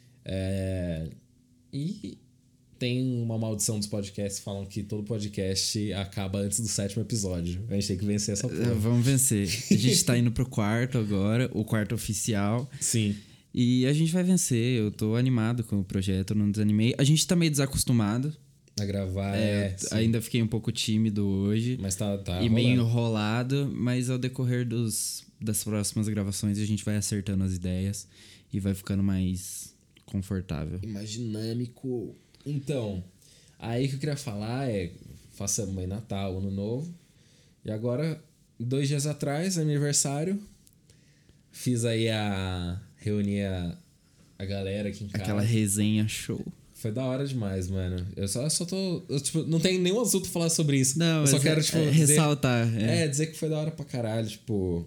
E tem uma maldição dos podcasts, falam que todo podcast acaba antes do 7º episódio. A gente tem que vencer essa porra. Vamos vencer. A gente tá indo pro 4º agora, o 4º oficial. Sim. E a gente vai vencer, eu tô animado com o projeto, não desanimei. A gente tá meio desacostumado a gravar, ainda fiquei um pouco tímido hoje. Mas tá e rolando. meio enrolado, mas ao decorrer das próximas gravações a gente vai acertando as ideias e vai ficando mais confortável. E mais dinâmico. Então, aí que eu queria falar faça mãe Natal, Ano Novo. E agora, 2 dias atrás, aniversário, fiz aí reuni a galera aqui em casa. Aquela resenha show. Foi da hora demais, mano. Eu só tô... tipo, não tem nenhum assunto pra falar sobre isso. Não, eu só quero, tipo... ressaltar. Dizer que foi da hora pra caralho. Tipo...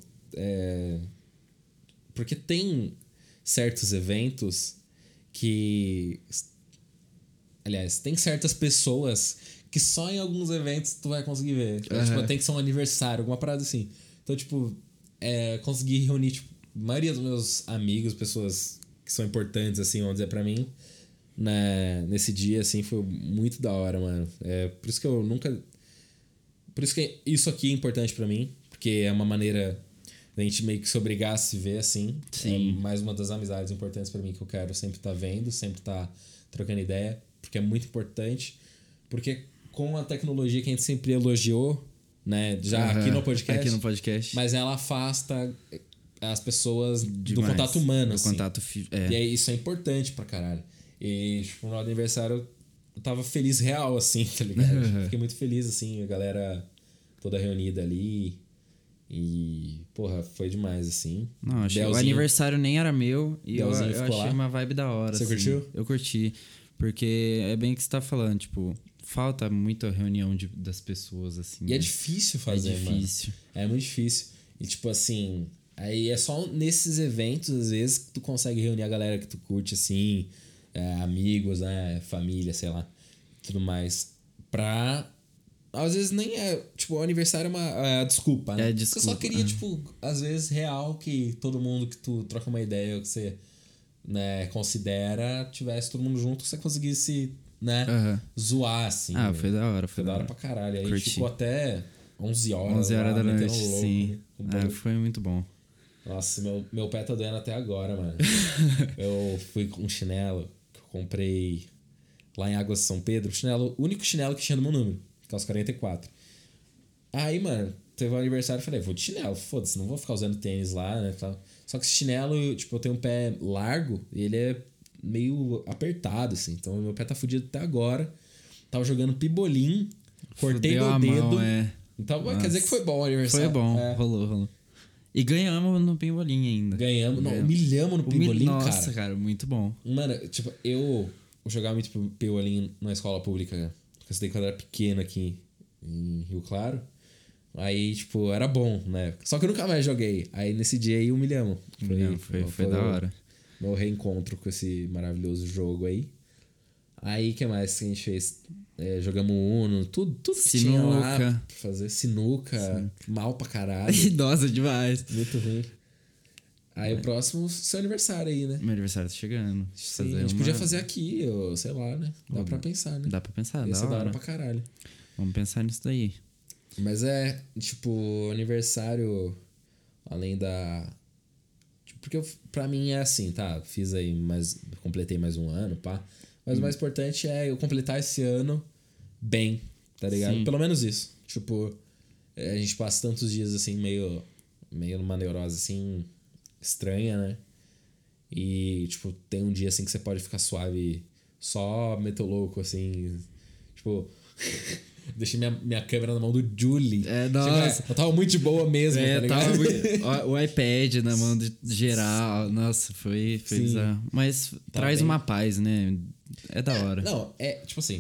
Porque tem certos eventos que... Aliás, tem certas pessoas que só em alguns eventos tu vai conseguir ver. Tipo, tem que ser um aniversário, alguma parada assim. Então, tipo... consegui reunir, tipo... A maioria dos meus amigos, pessoas que são importantes, assim, vamos dizer, pra mim... nesse dia, assim, foi muito da hora, mano. Por isso que eu nunca... Por isso que isso aqui é importante pra mim. Porque é uma maneira da gente meio que se obrigar a se ver, assim. Sim. É mais uma das amizades importantes pra mim que eu quero sempre estar vendo, sempre estar trocando ideia. Porque é muito importante. Porque com a tecnologia que a gente sempre elogiou, né? Já aqui no podcast. Mas ela afasta as pessoas do contato humano, assim. E aí isso é importante pra caralho. E, tipo, no aniversário eu tava feliz real, assim, tá ligado? Fiquei muito feliz, assim, a galera toda reunida ali. E, porra, foi demais, assim. Não, o aniversário nem era meu e eu achei uma vibe da hora. Você assim. curtiu? Eu curti. Porque é bem o que você tá falando, tipo, falta muita reunião das pessoas, assim. E é difícil fazer, mano. É muito difícil. E, tipo, assim, aí é só nesses eventos, às vezes, que tu consegue reunir a galera que tu curte, assim... amigos, né, família, sei lá, tudo mais, pra às vezes nem é... Tipo, o aniversário é uma desculpa, né? É desculpa. Você só queria, tipo, às vezes real que todo mundo que tu troca uma ideia ou que você, né, considera, tivesse todo mundo junto, você conseguisse, né, zoar, assim. Ah, foi da hora. Foi da hora pra caralho. Aí a gente Curti. ficou até 11 horas 11 horas lá, da metendo noite, louco, sim. né? Foi muito bom. Nossa, meu pé tá doendo até agora, mano. Eu fui com um chinelo que eu comprei lá em Águas de São Pedro. O único chinelo que tinha do meu número, que é os 44. Aí, mano, teve um aniversário e falei, vou de chinelo, foda-se, não vou ficar usando tênis lá, né, tal. Só que esse chinelo, tipo, eu tenho um pé largo e ele é meio apertado, assim. Então, meu pé tá fudido até agora. Tava jogando pibolim, cortei Fudeu meu a dedo. mão, Então, quer dizer que foi bom o aniversário. Foi bom, É. rolou. E ganhamos no pimbolim ainda. Ganhamos, não, humilhamos no pimbolim, cara. Nossa, cara, muito bom. Mano, tipo, eu jogava muito pimbolim na escola pública, né? Porque eu estudei quando eu era pequeno aqui em Rio Claro. Aí, tipo, era bom, né? Só que eu nunca mais joguei. Aí, nesse dia aí, humilhamos. Foi da hora. Meu reencontro com esse maravilhoso jogo aí. Aí, o que mais que a gente fez? Jogamos Uno, tudo que tinha lá pra fazer. Sinuca. Mal pra caralho. Idosa demais. Muito ruim. Aí o próximo, seu aniversário aí, né? Meu aniversário tá chegando. Sim, a gente podia fazer aqui, ou sei lá, né? Dá pra pensar, né? Dá pra pensar, Ia ser da hora hora pra caralho. Vamos pensar nisso daí. Mas tipo, aniversário, além da... Porque pra mim é assim, tá? Fiz aí completei mais um ano, pá. Mas o mais importante é eu completar esse ano bem, tá ligado? Sim. Pelo menos isso. Tipo, a gente passa tantos dias assim, meio numa neurose assim, estranha, né? E, tipo, tem um dia assim que você pode ficar suave, só meter o louco, assim. Tipo, deixei minha câmera na mão do Julie. Nossa. Eu tava muito de boa mesmo, tá ligado? O iPad na mão de geral. Nossa, foi bizarro. Mas traz bem. uma paz, né? É da hora. Não, tipo assim,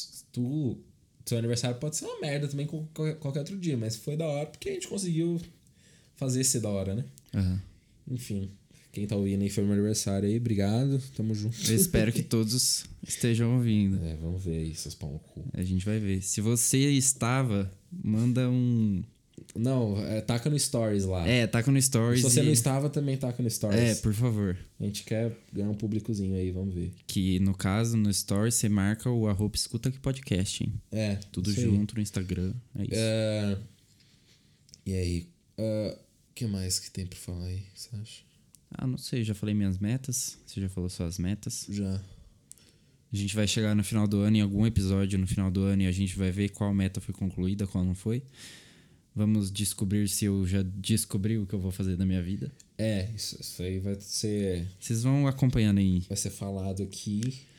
seu aniversário pode ser uma merda também com qualquer outro dia, mas foi da hora porque a gente conseguiu fazer ser da hora, né? Enfim, quem tá ouvindo aí foi meu aniversário aí, obrigado, tamo junto. Eu espero que todos estejam ouvindo. Vamos ver aí, seus pau no cu. A gente vai ver. Se você estava, manda um... Não, taca no Stories lá. Taca no Stories. Se você não estava, também taca no Stories. Por favor. A gente quer ganhar um públicozinho aí, vamos ver. Que no caso, no Stories, você marca o @escuta aqui podcast, hein? Tudo junto no Instagram. É isso. E aí? O que mais que tem pra falar aí, você acha? Não sei, já falei minhas metas. Você já falou suas metas? Já. A gente vai chegar no final do ano, em algum episódio no final do ano, e a gente vai ver qual meta foi concluída, qual não foi. Vamos descobrir se eu já descobri o que eu vou fazer da minha vida. Isso aí vai ser... Vocês vão acompanhando aí. Vai ser falado aqui.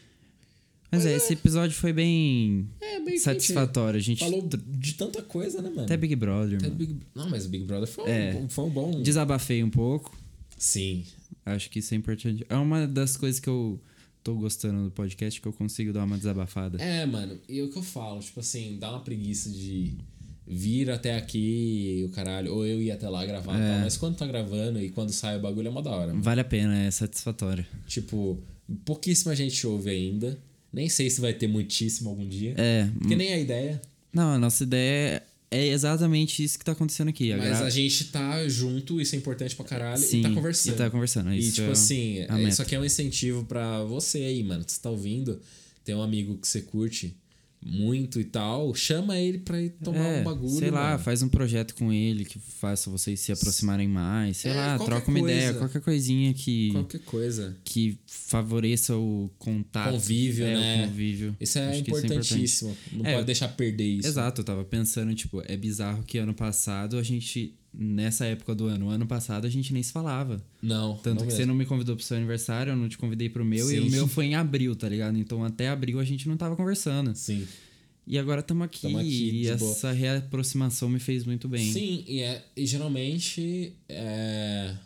Mas esse episódio foi bem satisfatório. A gente falou de tanta coisa, né, mano? Até Big Brother, mano. Não, mas o Big Brother foi um bom... Desabafei um pouco. Sim. Acho que isso é importante. É uma das coisas que eu tô gostando do podcast, que eu consigo dar uma desabafada. Mano, e o que eu falo, tipo assim, dá uma preguiça de vir até aqui e o caralho, ou eu ir até lá gravar e tal, mas quando tá gravando e quando sai o bagulho é mó da hora. Mano. Vale a pena, é satisfatório. Tipo, pouquíssima gente ouve ainda. Nem sei se vai ter muitíssimo algum dia. Porque nem a ideia. Não, a nossa ideia é exatamente isso que tá acontecendo aqui. Mas a gente tá junto, isso é importante pra caralho, Sim, e tá conversando. E tá conversando. E tipo assim, isso aqui é um incentivo pra você aí, mano. Você tá ouvindo, tem um amigo que você curte muito e tal, chama ele pra ir tomar um bagulho. Sei lá, mano. faz um projeto com ele que faça vocês se aproximarem mais. Sei lá, troca uma ideia, qualquer coisinha que. Qualquer coisa. Que favoreça o contato. Convívio, né? O convívio. Isso é importantíssimo. Não pode deixar perder isso. Exato, eu tava pensando, tipo, é bizarro que ano passado a gente. Nessa época do ano passado, a gente nem se falava. Não. Tanto não que mesmo. você não me convidou pro seu aniversário, eu não te convidei pro meu, Sim. e o meu foi em abril, tá ligado? Então até abril a gente não tava conversando. Sim. E agora estamos aqui e essa reaproximação me fez muito bem. Sim, e geralmente é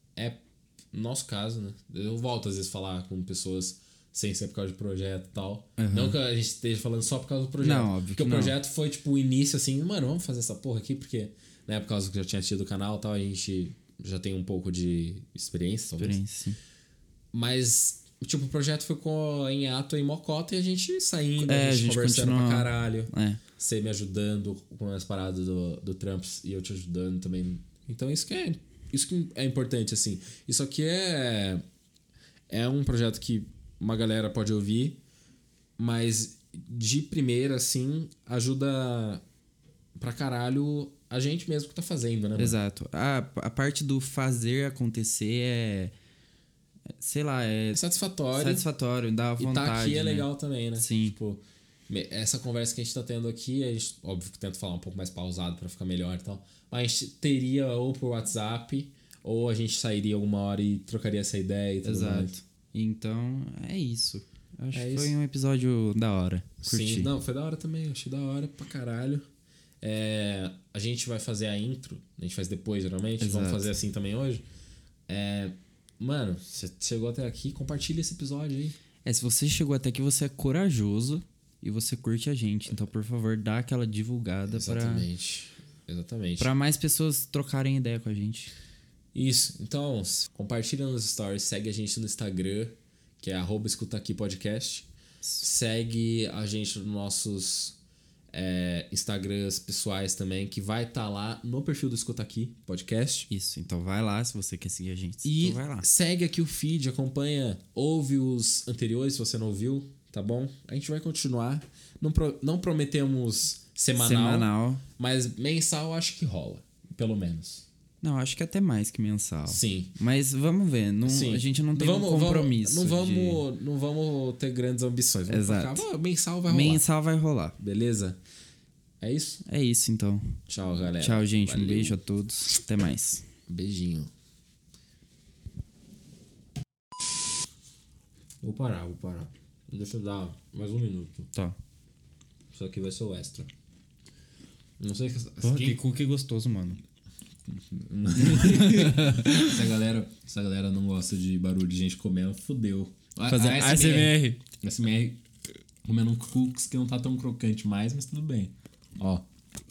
nosso caso, né? Eu volto às vezes a falar com pessoas sem ser por causa de projeto e tal. Não que a gente esteja falando só por causa do projeto. Não, óbvio porque que o projeto foi tipo o início assim, mano, vamos fazer essa porra aqui, porque né, por causa que eu já tinha tido o canal e tal, a gente já tem um pouco de experiência, talvez. Sim. Mas Tipo, o projeto ficou em ato em mocota e a gente saindo, a gente conversando continua... pra caralho. É. Você me ajudando com as paradas do Trumps e eu te ajudando também. Então isso que é importante, assim. Isso aqui é um projeto que uma galera pode ouvir, mas de primeira, assim, ajuda pra caralho a gente mesmo que tá fazendo, né? Mano? Exato. A parte do fazer acontecer sei lá, é satisfatório. Satisfatório, dá vontade. E tá aqui é né? legal também, né? Sim. Tipo, essa conversa que a gente tá tendo aqui, a gente, óbvio que tenta falar um pouco mais pausado pra ficar melhor e tal, mas a gente teria ou por WhatsApp, ou a gente sairia alguma hora e trocaria essa ideia e tudo Exato. mais. Então, é isso. Acho que isso. foi um episódio da hora. Curti. Sim, não, foi da hora também. Achei da hora pra caralho. A gente vai fazer a intro. A gente faz depois, geralmente. Exato. Vamos fazer assim também hoje. Mano, você chegou até aqui, compartilha esse episódio aí. Se você chegou até aqui, você é corajoso e você curte a gente. Então, por favor, dá aquela divulgada. Exatamente. Pra mais pessoas trocarem ideia com a gente. Isso. Então, compartilha nos stories, segue a gente no Instagram, que é @escutaaqui_podcast. Segue a gente nos nossos Instagrams pessoais também, que vai estar lá no perfil do Escuta Aqui Podcast. Isso, então vai lá se você quer seguir a gente. E então vai lá. segue aqui o feed, acompanha, ouve os anteriores se você não ouviu, tá bom? A gente vai continuar. Não prometemos semanal, mas mensal acho que rola, pelo menos. Não, acho que até mais que mensal. Sim. Mas vamos ver. A gente não tem um compromisso. Não vamos ter grandes ambições. Vamos Exato. focar, mensal vai rolar. Mensal vai rolar. Beleza? É isso? É isso, então. Tchau, galera. Tchau, gente. Valeu. Um beijo a todos. Até mais. Beijinho. Vou parar. Deixa eu dar mais um minuto. Tá. Isso aqui vai ser o extra. Não sei Porra, que cookie gostoso, mano. Se a galera não gosta de barulho de gente comendo, fudeu. Fazer ASMR comendo um cookies que não tá tão crocante mais, mas tudo bem. Ó.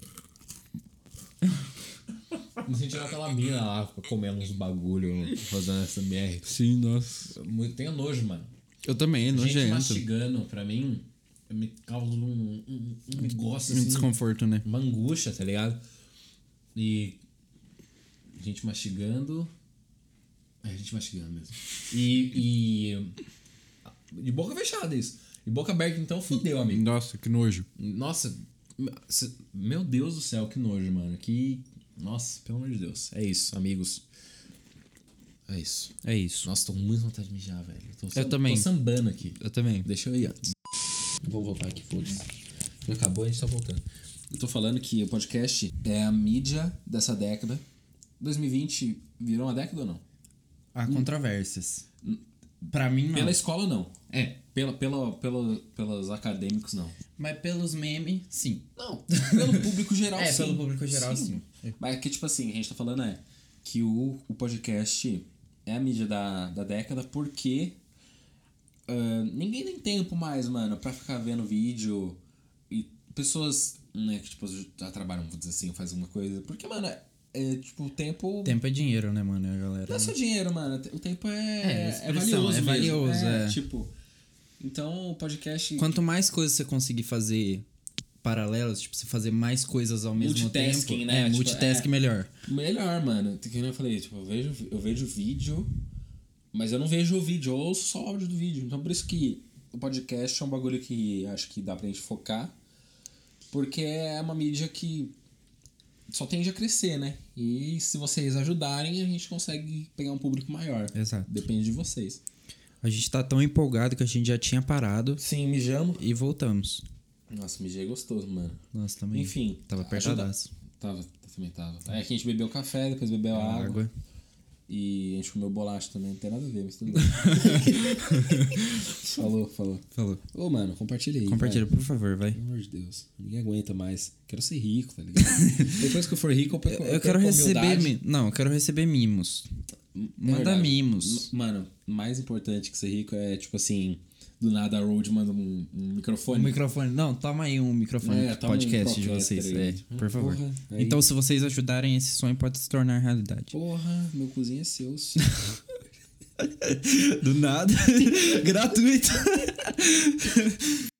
Me sentindo aquela mina lá, comendo uns bagulho, fazendo ASMR. Sim, nossa. Tenho nojo, mano. Eu também, Gente nojento. mastigando, pra mim, me causa um negócio assim. Um desconforto, né? Uma angústia, tá ligado? E gente mastigando. A gente mastigando mesmo. E de boca fechada isso. De boca aberta, então, fudeu, amigo. Nossa, que nojo. Nossa, meu Deus do céu, que nojo, mano. Nossa, pelo amor de Deus. É isso, amigos. É isso. É isso. Nossa, tô com muita vontade de mijar, velho. Eu também. Tô sambando aqui. Eu também. Deixa eu ir, ó. Vou voltar aqui, foda-se. Já acabou, a gente tá voltando. Eu tô falando que o podcast é a mídia dessa década. 2020 virou uma década ou não? Há controvérsias. Pra mim, não. Pela escola, não. Pelos acadêmicos, não. Mas pelos memes, sim. Não, pelo público geral, sim. Pelo público geral, sim. Mas é que, tipo assim, a gente tá falando que o podcast é a mídia da década porque ninguém tem tempo mais, mano, pra ficar vendo vídeo e pessoas, né, que, tipo, já trabalham, vou dizer assim, fazem uma coisa. Porque, mano, tipo, o tempo... Tempo é dinheiro, né, mano? A galera... Não é só dinheiro, mano. O tempo é valioso mesmo. Valioso, tipo... Então, o podcast... Quanto mais coisas você conseguir fazer paralelas, tipo, você fazer mais coisas ao mesmo tempo... Multitasking, né? Tipo, multitasking melhor. Melhor, mano. Que nem eu falei, tipo, eu vejo vídeo, mas eu não vejo o vídeo, eu ouço só o áudio do vídeo. Então, por isso que o podcast é um bagulho que acho que dá pra gente focar, porque é uma mídia que só tende a crescer, né? E se vocês ajudarem, a gente consegue pegar um público maior. Exato. Depende de vocês. A gente tá tão empolgado que a gente já tinha parado. Sim, mijamos. E voltamos. Nossa, mijei gostoso, mano. Nossa, também. Enfim. Tava apertadaço. Também tava. Aí aqui a gente bebeu café, depois bebeu água. E a gente comeu bolacha também, não tem nada a ver, mas tudo bem. Falou. Ô, mano, compartilha aí. Compartilha, por favor, vai. Pelo amor de Deus. Ninguém aguenta mais. Quero ser rico, tá ligado? Depois que eu for rico, eu quero receber... Não, eu quero receber mimos. Manda mimos. Mano, mais importante que ser rico é, tipo assim... Do nada a Road manda um microfone. Um microfone. Não, toma aí um microfone de podcast de vocês. Tá por favor. Porra, então, se vocês ajudarem, esse sonho pode se tornar realidade. Porra, meu cozinho é seu. Do nada. Gratuito.